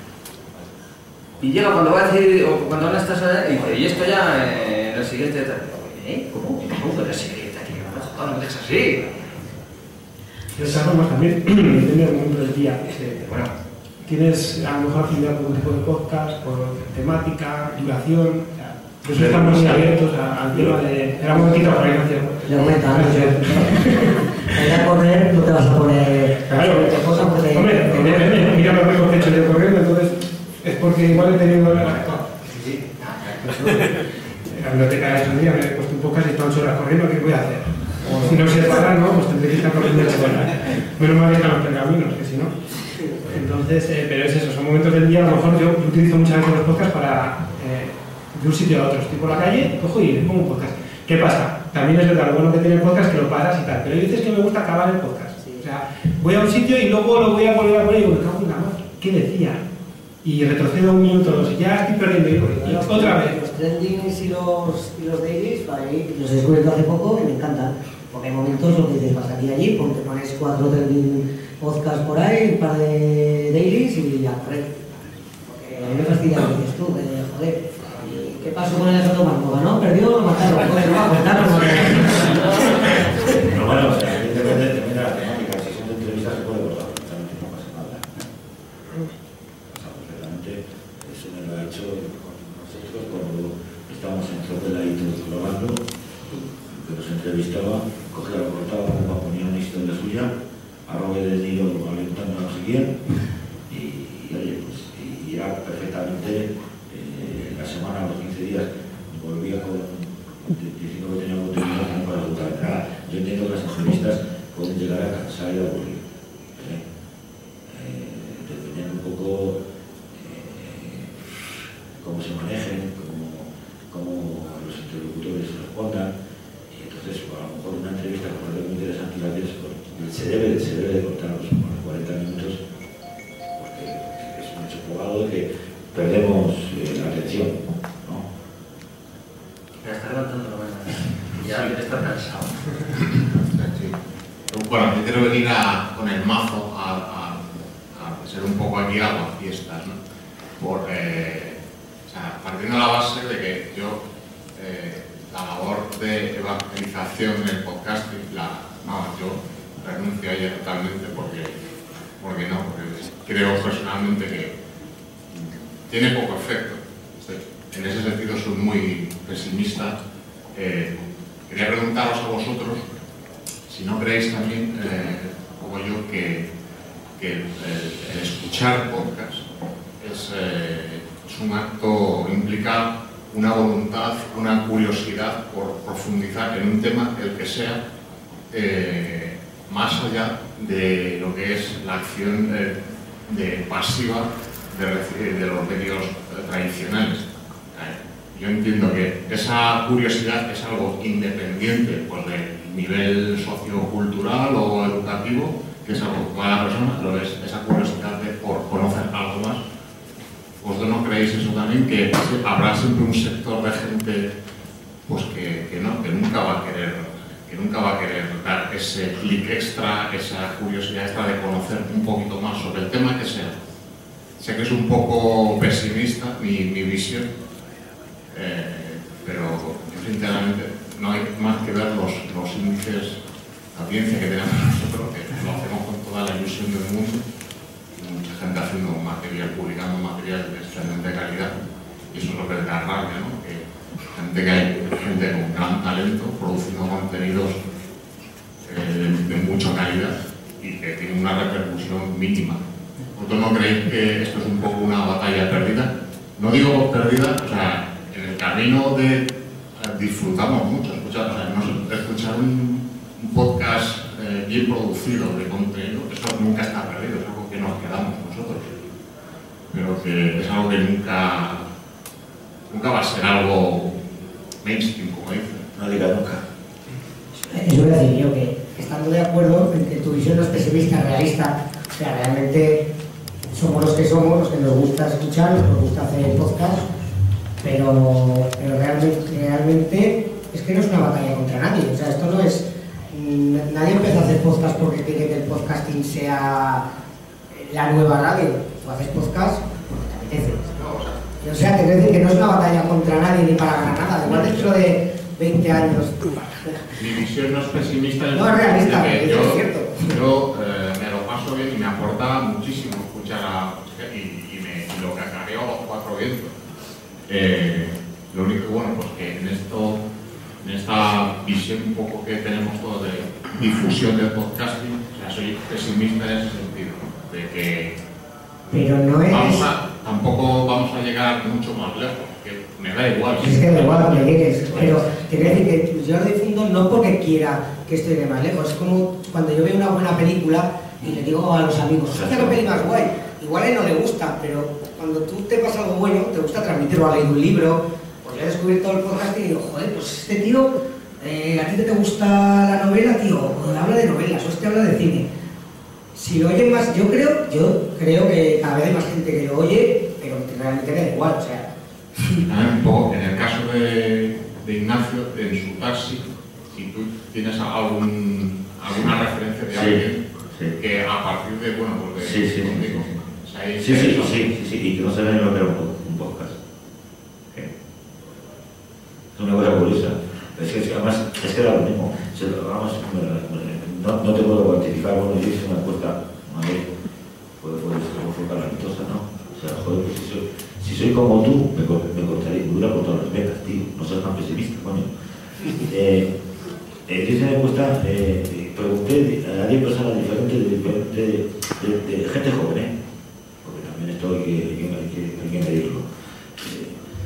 Y llega cuando va a decir, o cuando van a estar y dice, y esto ya en el siguiente, ¿eh? ¿Cómo? ¿Cómo puedes seguir aquí? No me dejes así. De esas formas también, depende del momento del día. Bueno, tienes a lo mejor afinidad por un tipo de podcast, por temática, duración. Por eso estamos muy abiertos al tema de. Era un momentito para ir hacia. Le aumenta, ¿no? Para ir a correr no te vas a poner. Claro, cosa porque. Hombre, mira los récords que he hecho yo corriendo, entonces. Es porque igual he tenido la... Sí. En la biblioteca de esos días me he puesto un podcast y todas horas corriendo, ¿qué voy a hacer? Si no se para, ¿no? Pues tendré que estar corriendo de escuela. Menos mal que están los pergaminos, que si no... Entonces, eh, pero es eso, son momentos del día, a lo mejor yo utilizo muchas veces los podcasts para... Eh, de un sitio a otro, estoy por la calle, cojo y le pongo un podcast. ¿Qué pasa? También es verdad, lo bueno que tiene el podcast es que lo paras y tal, pero hay veces que me gusta acabar el podcast. O sea, voy a un sitio y luego lo voy a volver a poner y digo, me cago en la madre, ¿qué decía? Y retrocedo un minuto o dos y ya estoy perdiendo y, y los, otra vez. Los trendings y los, y los dailies, ahí los he descubierto hace poco y me encantan. Porque hay momentos lo que dices, vas aquí y allí, pues te pones cuatro trending podcasts por ahí, un par de dailies y ya, correcto. Porque a mí me fastidia lo que dices tú, que joder, ¿qué pasó con el efecto Marco? ¿Ganó? ¿Perdió? ¿Lo mataron? Joder, no va a contar, no va a Pero bueno, o sea, depende de las temáticas, si son de entrevistas se puede cortar, no pasa nada. Eso me lo ha hecho nosotros cuando estábamos en Zopela y todos grabando, que nos entrevistaba, cogía la cortaba, ponía una historia suya, a Robert De Niro alentando a no sé quién, y, y oye, pues, y era perfectamente, eh, la semana, a los quince días, volvía con, diciendo que tenía contenido como para educar. Nada, yo entiendo que las entrevistas pueden llegar a cansar y a aburrir, ¿eh? Eh, dependiendo un poco cómo se manejen, cómo, cómo los interlocutores respondan, y entonces pues, a lo mejor una entrevista que parece muy interesante y la tienes, pues, se debe, se debe de cortar los cuarenta minutos, porque es un hecho probado de que perdemos eh, la atención, ¿no? Ya está levantando la mano, ya debe estar cansado. Sí. Bueno, yo quiero venir a, con el mazo a, a, a ser un poco aquí agua fiestas, ¿no? Porque o sea, partiendo de la base de que yo, eh, la labor de evangelización en el podcasting, la, no, yo renuncio a ella totalmente porque, porque no, porque creo personalmente que tiene poco efecto. En ese sentido soy muy pesimista. Eh, quería preguntaros a vosotros si no creéis también, eh, como yo, que, que el, el escuchar podcast es... Eh, es un acto, implica una voluntad, una curiosidad por profundizar en un tema, el que sea, eh, más allá de lo que es la acción eh, de pasiva de, de los medios eh, tradicionales. Eh, yo entiendo que esa curiosidad es algo independiente pues, del nivel sociocultural o educativo, que es algo que cada persona lo es, esa curiosidad de por conocer algo más. ¿Vosotros no creéis eso también? Que habrá siempre un sector de gente pues que, que, no, que nunca va a querer que nunca va a querer dar ese clic extra, esa curiosidad extra de conocer un poquito más sobre el tema que sea. Sé que es un poco pesimista mi, mi visión, eh, pero yo sinceramente no hay más que ver los, los índices de audiencia que tenemos nosotros, que lo hacemos con toda la ilusión del mundo. mucha gente haciendo material, publicando material de excelente calidad, y eso es lo que da rabia, ¿no? Que gente que hay gente con gran talento produciendo contenidos eh, de mucha calidad y que tienen una repercusión mínima. ¿Vosotros no creéis que esto es un poco una batalla perdida? No digo perdida, o sea, en el camino de disfrutamos mucho, escuchar, o sea, no, escuchar un, un podcast eh, bien producido de contenido, eso nunca está perdido, es algo que nos quedamos nosotros, pero que es algo que nunca, nunca va a ser algo mainstream, como dicen. No diga nunca. Eso voy a decir yo, que estando de acuerdo en que tu visión no es pesimista, realista, o sea, realmente somos los que somos, los que nos gusta escuchar, los que nos gusta hacer podcast, pero, pero realmente, realmente es que no es una batalla contra nadie, o sea, esto no es... Nadie empieza a hacer podcast porque quiere que el podcasting sea la nueva radio, o haces podcast porque te apetece. O sea, te quiero decir que no es una batalla contra nadie ni para ganar nada, igual dentro de veinte años. Mi visión no es pesimista, no es realista, que yo, yo, es cierto. Yo eh, me lo paso bien y me aporta muchísimo escuchar a y, y, me, y lo que acarreo a los cuatro vientos. Eh, lo único que bueno, pues que en esto, en esta visión un poco que tenemos todos de difusión del podcasting, o sea, soy pesimista en ese sentido, ¿no? De que pero no es... vamos a, tampoco vamos a llegar mucho más lejos, que me da igual. Es que da igual donde llegues, pero te voy a decir que yo lo difundo no porque quiera que esto llegue más lejos, es como cuando yo veo una buena película y le digo a los amigos, hostia, qué peli más guay, igual a él no le gusta, pero cuando tú te pasa algo bueno, te gusta transmitirlo, has leído un libro, pues yo he descubierto el podcast y digo, joder, pues este tío, eh, a ti te gusta la novela, tío, o habla de novelas, o este habla de cine. Si lo oyen más, yo creo, yo creo que cada vez hay más gente que lo oye, pero que realmente le da igual, o sea. Un poco, en el caso de, de Ignacio, en su taxi, si tú tienes algún, alguna referencia de sí, alguien sí. que a partir de, bueno, pues de sí, sí, contigo, sí, o sea, hay, sí, sí, sí, sí, sí, y que no se ve lo que era un podcast. ¿Qué? Es una cosa curiosa. Es que, es que además, es que era lo mismo. Se lo, vamos, no, no te puedo cuantificar, bueno, yo hice una encuesta una vez, pues, pues, como fue calamitosa, ¿no? O sea, joder, pues si soy, si soy como tú, me, me cortaría, me hubiera cortado las becas, tío, no seas tan pesimista, coño. Eh, eh, yo hice una encuesta, eh, pregunté a diez personas diferentes, de, de, de, de gente joven, ¿eh? Porque también esto hay que, hay que, hay que, hay que medirlo. Eh,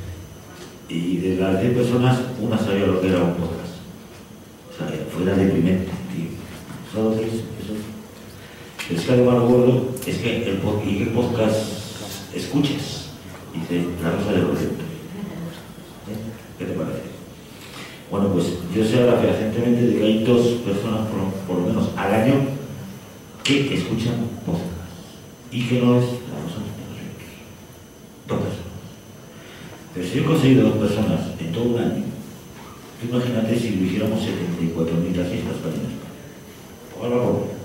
y de las diez personas, una sabía lo que era un podcast. O sea, fuera deprimente, tío. Solo tres, eso. Pero es que además lo gordo es que el, ¿y qué podcast escuchas? Dice, La Rosa de los Vientos. ¿Eh? ¿Qué te parece? Bueno, pues yo sé ahora fehacientemente de que hay dos personas, por, por lo menos al año, que escuchan podcast. Y que no es La Rosa de los Vientos. Dos personas. Pero si yo he conseguido dos personas en todo un año, tú imagínate si lo hiciéramos setenta y cuatro mil así para en España. Ahora,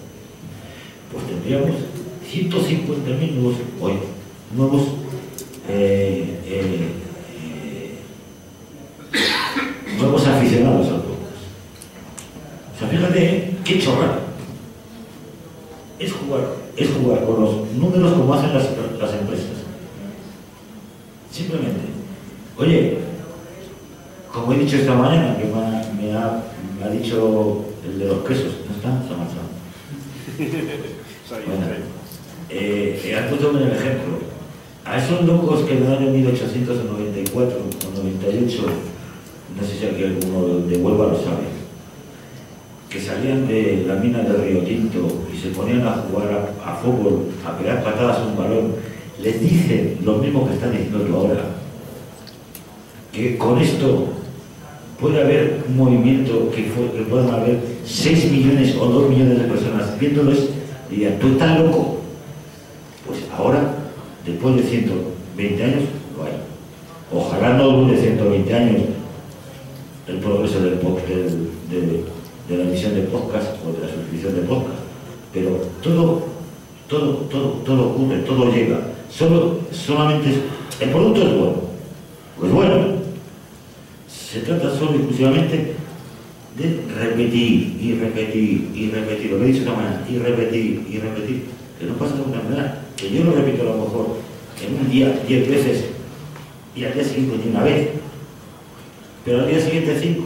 pues tendríamos ciento cincuenta mil nuevos, oye, nuevos eh, eh, eh, nuevos aficionados al podcast. O sea, fíjate, ¿eh? Qué chorrada. Es jugar, es jugar con los números como hacen las, las empresas. Simplemente. Oye, como he dicho esta mañana, que me ha, me ha, me ha dicho el de los quesos, ¿no está? Se ha marchado. Bueno, eh, eh, has puesto el ejemplo. A esos locos que en el año mil ochocientos noventa y cuatro o noventa y ocho, no sé si aquí alguno de Huelva lo sabe, que salían de la mina de Río Tinto y se ponían a jugar a, a fútbol, a pegar patadas a un balón, les dicen lo mismo que están diciendo tú ahora, que con esto puede haber un movimiento que, fue, que puedan haber seis millones o dos millones de personas viéndolos y dirían, tú estás loco. Pues ahora, después de ciento veinte años, lo hay. Ojalá no dure ciento veinte años el progreso del, del, de, de la emisión de podcast o de la suscripción de podcast, pero todo, todo, todo, todo ocurre, todo llega. Solo, solamente, es, el producto es bueno, pues bueno. Se trata solo y exclusivamente de repetir y repetir y repetir, lo que he dicho esta mañana, y repetir y repetir, que no pasa nada, que yo lo repito a lo mejor en un día diez veces y al día siguiente ni una vez, pero al día siguiente cinco.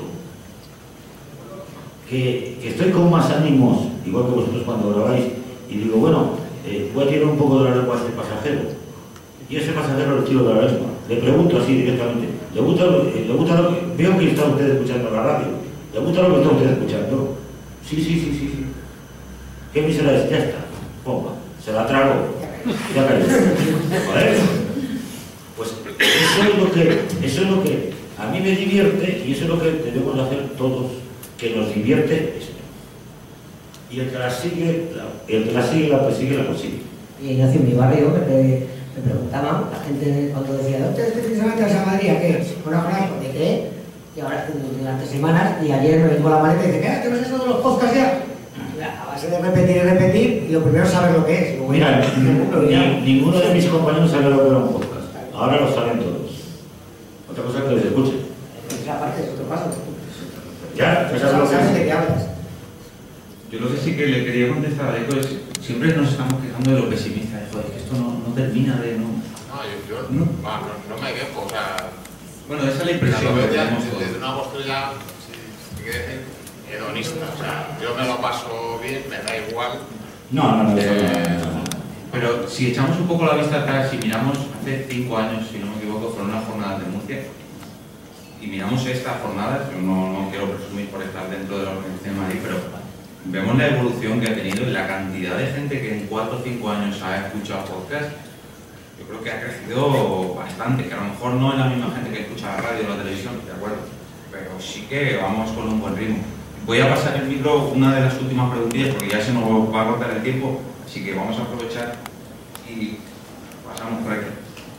Que, que estoy con más ánimos, igual que vosotros cuando grabáis, y digo, bueno, eh, voy a tirar un poco de la lengua a este pasajero. Y ese pasajero le tiro de la lengua. Le pregunto así directamente, ¿le gusta lo, eh, ¿le gusta lo que... Veo que está usted escuchando la radio. ¿Le gusta lo que está usted escuchando? Sí, sí, sí, sí, sí. ¿Qué emisora es? Ya está. Pomba. Se la trago. Ya cayó. ¿Vale? Pues eso es lo que, eso es lo que a mí me divierte y eso es lo que debemos hacer todos, que nos divierte esto. Y el que la sigue, la, el que la sigue, la persigue, la consigue. Y Ignacio, en mi barrio me, me preguntaban, la gente cuando decía, ¿dónde es precisamente a Madrid? ¿A qué? Una jornada, ¿de qué? Y ahora, durante semanas, y ayer me vengo a la maleta y dice, ¿qué? ¿Te ves eso de los podcasts ya? A base de repetir y repetir, y lo primero es saber lo que es. Luego, mira, ya, ni, ya. ninguno de mis compañeros sabe lo que era un podcast. Ahora lo saben todos. Otra cosa es que les escuchen. Esa parte es otro paso. Ya, pues sabes lo que ¿sabes de qué hablas? Yo lo que sí que le quería contestar a Eco es, siempre nos estamos quejando de lo pesimista, de joder, que esto no, no termina de... No, no yo, yo no. Va, no, no me quejo, o sea... Bueno, esa es la impresión que tenemos todos. Desde una postura, si, si quieres, hedonista, o sea, yo me lo paso bien, me da igual. No, no, no, eh, no, no. Pero si echamos un poco la vista atrás y miramos hace cinco años, si no me equivoco, fueron unas jornadas de Murcia, y miramos estas jornadas, yo no, no quiero presumir por estar dentro de la organización de Madrid, pero vemos la evolución que ha tenido y la cantidad de gente que en cuatro o cinco años ha escuchado podcast. Yo creo que ha crecido bastante, que a lo mejor no es la misma gente que escucha la radio o la televisión, de acuerdo, pero sí que vamos con un buen ritmo. Voy a pasar el micro, una de las últimas preguntillas, porque ya se nos va a cortar el tiempo, así que vamos a aprovechar y pasamos por aquí.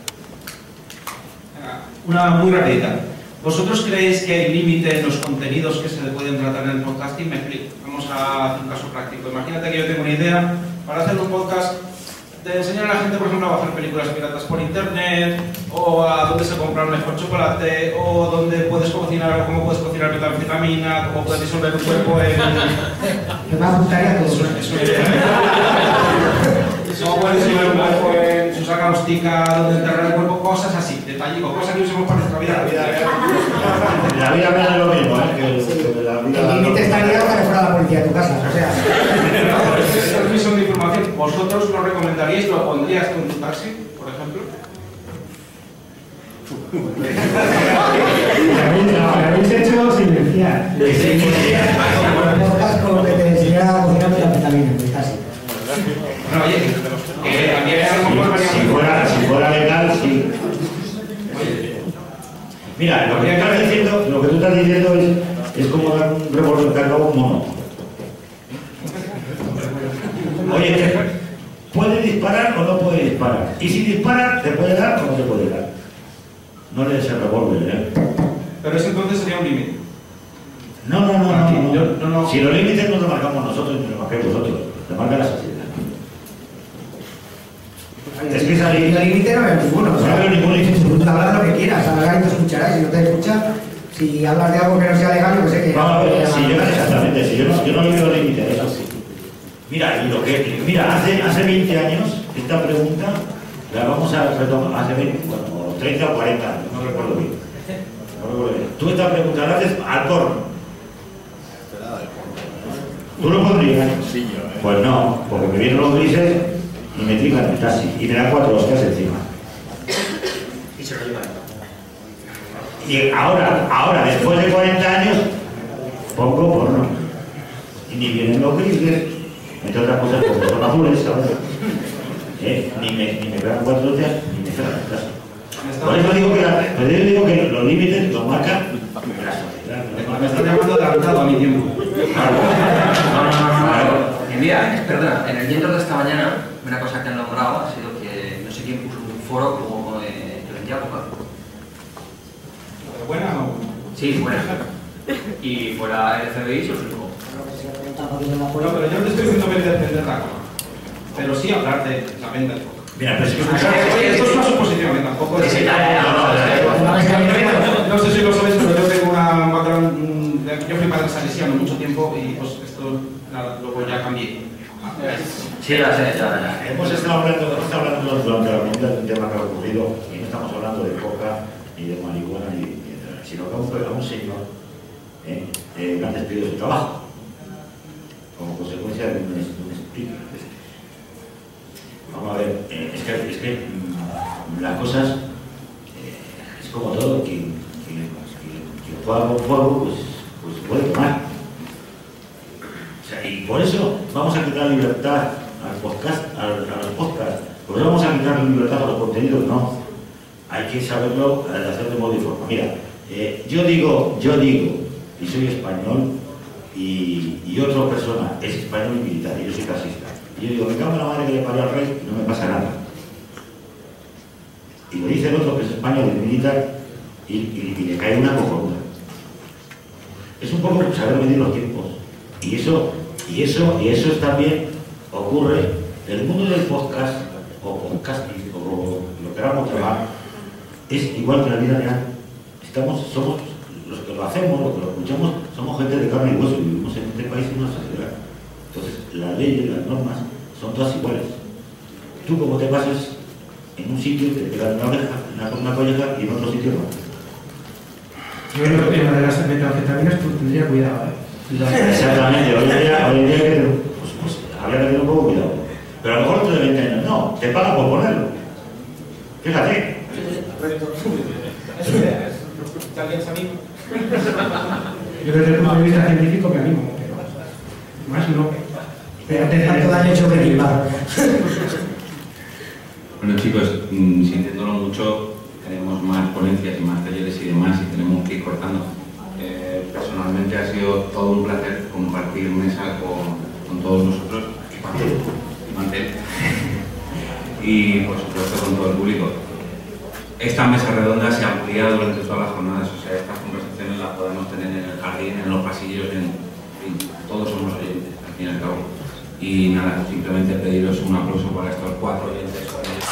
Una muy rapidita. ¿Vosotros creéis que hay límite en los contenidos que se le pueden tratar en el podcasting? Me explico. Vamos a hacer un caso práctico. Imagínate que yo tengo una idea para hacer un podcast de enseñar a la gente, por ejemplo, a bajar películas piratas por internet, o a dónde se compra el mejor chocolate, o dónde puedes cocinar, o cómo puedes cocinar metanfetamina, cómo puedes disolver tu cuerpo en... Me va a gustar a todos. Es una idea. Cómo puedes disolver un cuerpo en Susa Cáustica, dónde enterrar el cuerpo, cosas así, detallitos, cosas que usamos para nuestra vida. La vida me da lo mismo, ¿eh? Que, que la vida el límite estaría que fuera la policía de tu casa, o sea... Es transmisión de información. ¿Vosotros lo recomendaríais? ¿Lo pondrías en tu taxi, por ejemplo? Me habéis hecho silenciar. Un podcast como que te enseñara a cocinar metanfetamina en tu taxi. Bueno, oye, que aquí a lo mejor si fuera, si fuera legal, sí. Mira, lo que, estás diciendo, lo que tú estás diciendo es, es como dar un revólver cargado a un mono. Oye, ¿puede disparar o no puede disparar? Y si dispara, ¿te puede dar o no te puede dar? No le des el revólver, ¿eh? Pero eso entonces sería un límite. No, no, no, no, no, yo, no, no. Si los límites no los marcamos nosotros, ni los marcáis vosotros, los marca la sociedad. Es que esa El límite no veo ninguno. No veo ningún límite. Tú hablas lo que quieras, hablar y te escucharás. Si no te escucha, si hablas de algo que no sea legal, yo que sé que... Vamos a ver, si yo, exactamente, si yo no, yo no le veo límite, eso sí. Mira, y lo que, mira, hace, hace veinte años, esta pregunta la vamos a retomar, hace veinte, bueno, treinta o cuarenta años, no recuerdo bien. No recuerdo bien. Tú esta pregunta la haces al porno. ¿Tú lo pondrías? Sí, yo, ¿eh? Pues no, porque me vienen los grises y me trican el taxi y me dan cuatro hostias encima. Y se lo llevan. Y ahora, ahora, después de cuarenta años, pongo porno. Y ni vienen los grises, entre otras cosas porque son azules, ¿sabes? ¿Eh? Ni me, ni me pegan cuatro hostias, ni me cerran el taxi. Por eso digo que, la, por eso digo que los límites los marcan la sociedad. Me están llamando adelantado a mi tiempo. Y mira, perdona, en el Yendo de esta mañana, una cosa que han nombrado ha sido que no sé quién puso un foro como eh, que vendía coca. ¿Buena o no? Sí, buena. Y fuera el F B I se lo explicó. No, pero yo no te estoy diciendo que defender la coca. Pero sí hablar de la venta de coca. Mira, pero si Esto es una suposición, que tampoco es... No sé si lo sabes, pero yo tengo una background... Yo fui padre salesiano mucho tiempo y pues esto nada, luego ya cambié Sí, la sé, ya, ya. Hemos estado hablando, hemos estado hablando durante la comunidad de un tema que ha ocurrido y no estamos hablando de coca, ni de marihuana, ni, ni de, sino que a un, a un señor eh, eh, le han despedido de su trabajo como consecuencia de un, de un espíritu. Vamos a ver, eh, es que, es que mmm, las cosas eh, es como todo, quien, quien, quien, quien juega con fuego, pues, pues puede tomar. O sea, y por eso vamos a quitar libertad al podcast, al, a los podcasts, por eso vamos a quitar libertad a los contenidos, no. Hay que saberlo hacer de modo y forma. Mira, eh, yo digo, yo digo, y soy español, y, y otra persona es español y militar, y yo soy taxista. Y yo digo, me cago en la madre que le parió al rey y no me pasa nada. Y lo dice el otro que es español y militar, y, y, y le cae una cojonuda. Es un poco saber medir los tiempos. Y eso, y eso, y eso también ocurre en el mundo del podcast, o podcasting, o lo que queramos llamar, es igual que la vida real. Estamos, somos los que lo hacemos, los que lo escuchamos, somos gente de carne y hueso, y vivimos en este país en una sociedad. Entonces, las leyes, las normas, son todas iguales. Tú, como te pasas en un sitio, te pegan una oreja, una, una colleja, y en otro sitio no. Yo creo que en una de las metanfetaminas tú tendrías cuidado, ¿eh? Exactamente, hoy en día, hoy en día pues, pues, habría que tener un poco cuidado. Pero a lo mejor dentro de veinte años, no, te pagan por ponerlo. Fíjate. ¿Alguien se anima? Yo desde el punto de vista científico me animo, pero más no. Pero te tanto daño hecho que equipar. Bueno chicos, sintiéndolo mucho, tenemos más ponencias y más talleres y demás y tenemos que ir cortando. Eh, personalmente ha sido todo un placer compartir mesa con, con todos vosotros y mantel y por supuesto con todo el público. Esta mesa redonda se amplía durante todas las jornadas, o sea, estas conversaciones las podemos tener en el jardín, en los pasillos, en, en todos somos oyentes, al fin y al cabo. Y nada, simplemente pediros un aplauso para estos cuatro oyentes.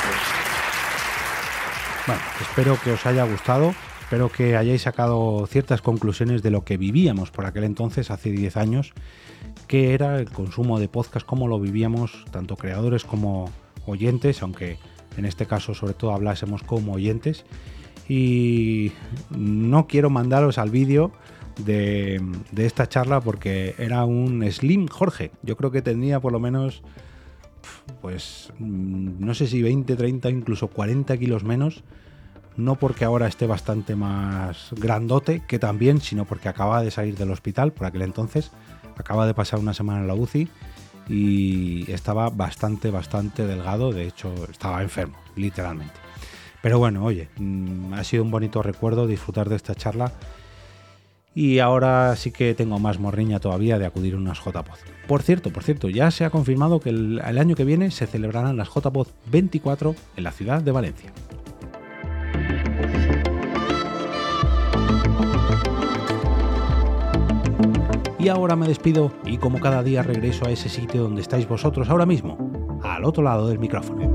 Bueno, espero que os haya gustado, espero que hayáis sacado ciertas conclusiones de lo que vivíamos por aquel entonces, hace diez años, que era el consumo de podcast, cómo lo vivíamos, tanto creadores como oyentes, aunque en este caso sobre todo hablásemos como oyentes. Y no quiero mandaros al vídeo de, de esta charla porque era un Slim Jorge. Yo creo que tenía por lo menos, pues no sé si veinte, treinta, incluso cuarenta kilos menos. No porque ahora esté bastante más grandote, que también, sino porque acaba de salir del hospital por aquel entonces. Acaba de pasar una semana en la U C I y estaba bastante, bastante delgado. De hecho, estaba enfermo, literalmente. Pero bueno, oye, ha sido un bonito recuerdo disfrutar de esta charla. Y ahora sí que tengo más morriña todavía de acudir a unas J P O D. Por cierto, por cierto, ya se ha confirmado que el, el año que viene se celebrarán las J P O D veinticuatro en la ciudad de Valencia. Y ahora me despido y como cada día regreso a ese sitio donde estáis vosotros ahora mismo, al otro lado del micrófono.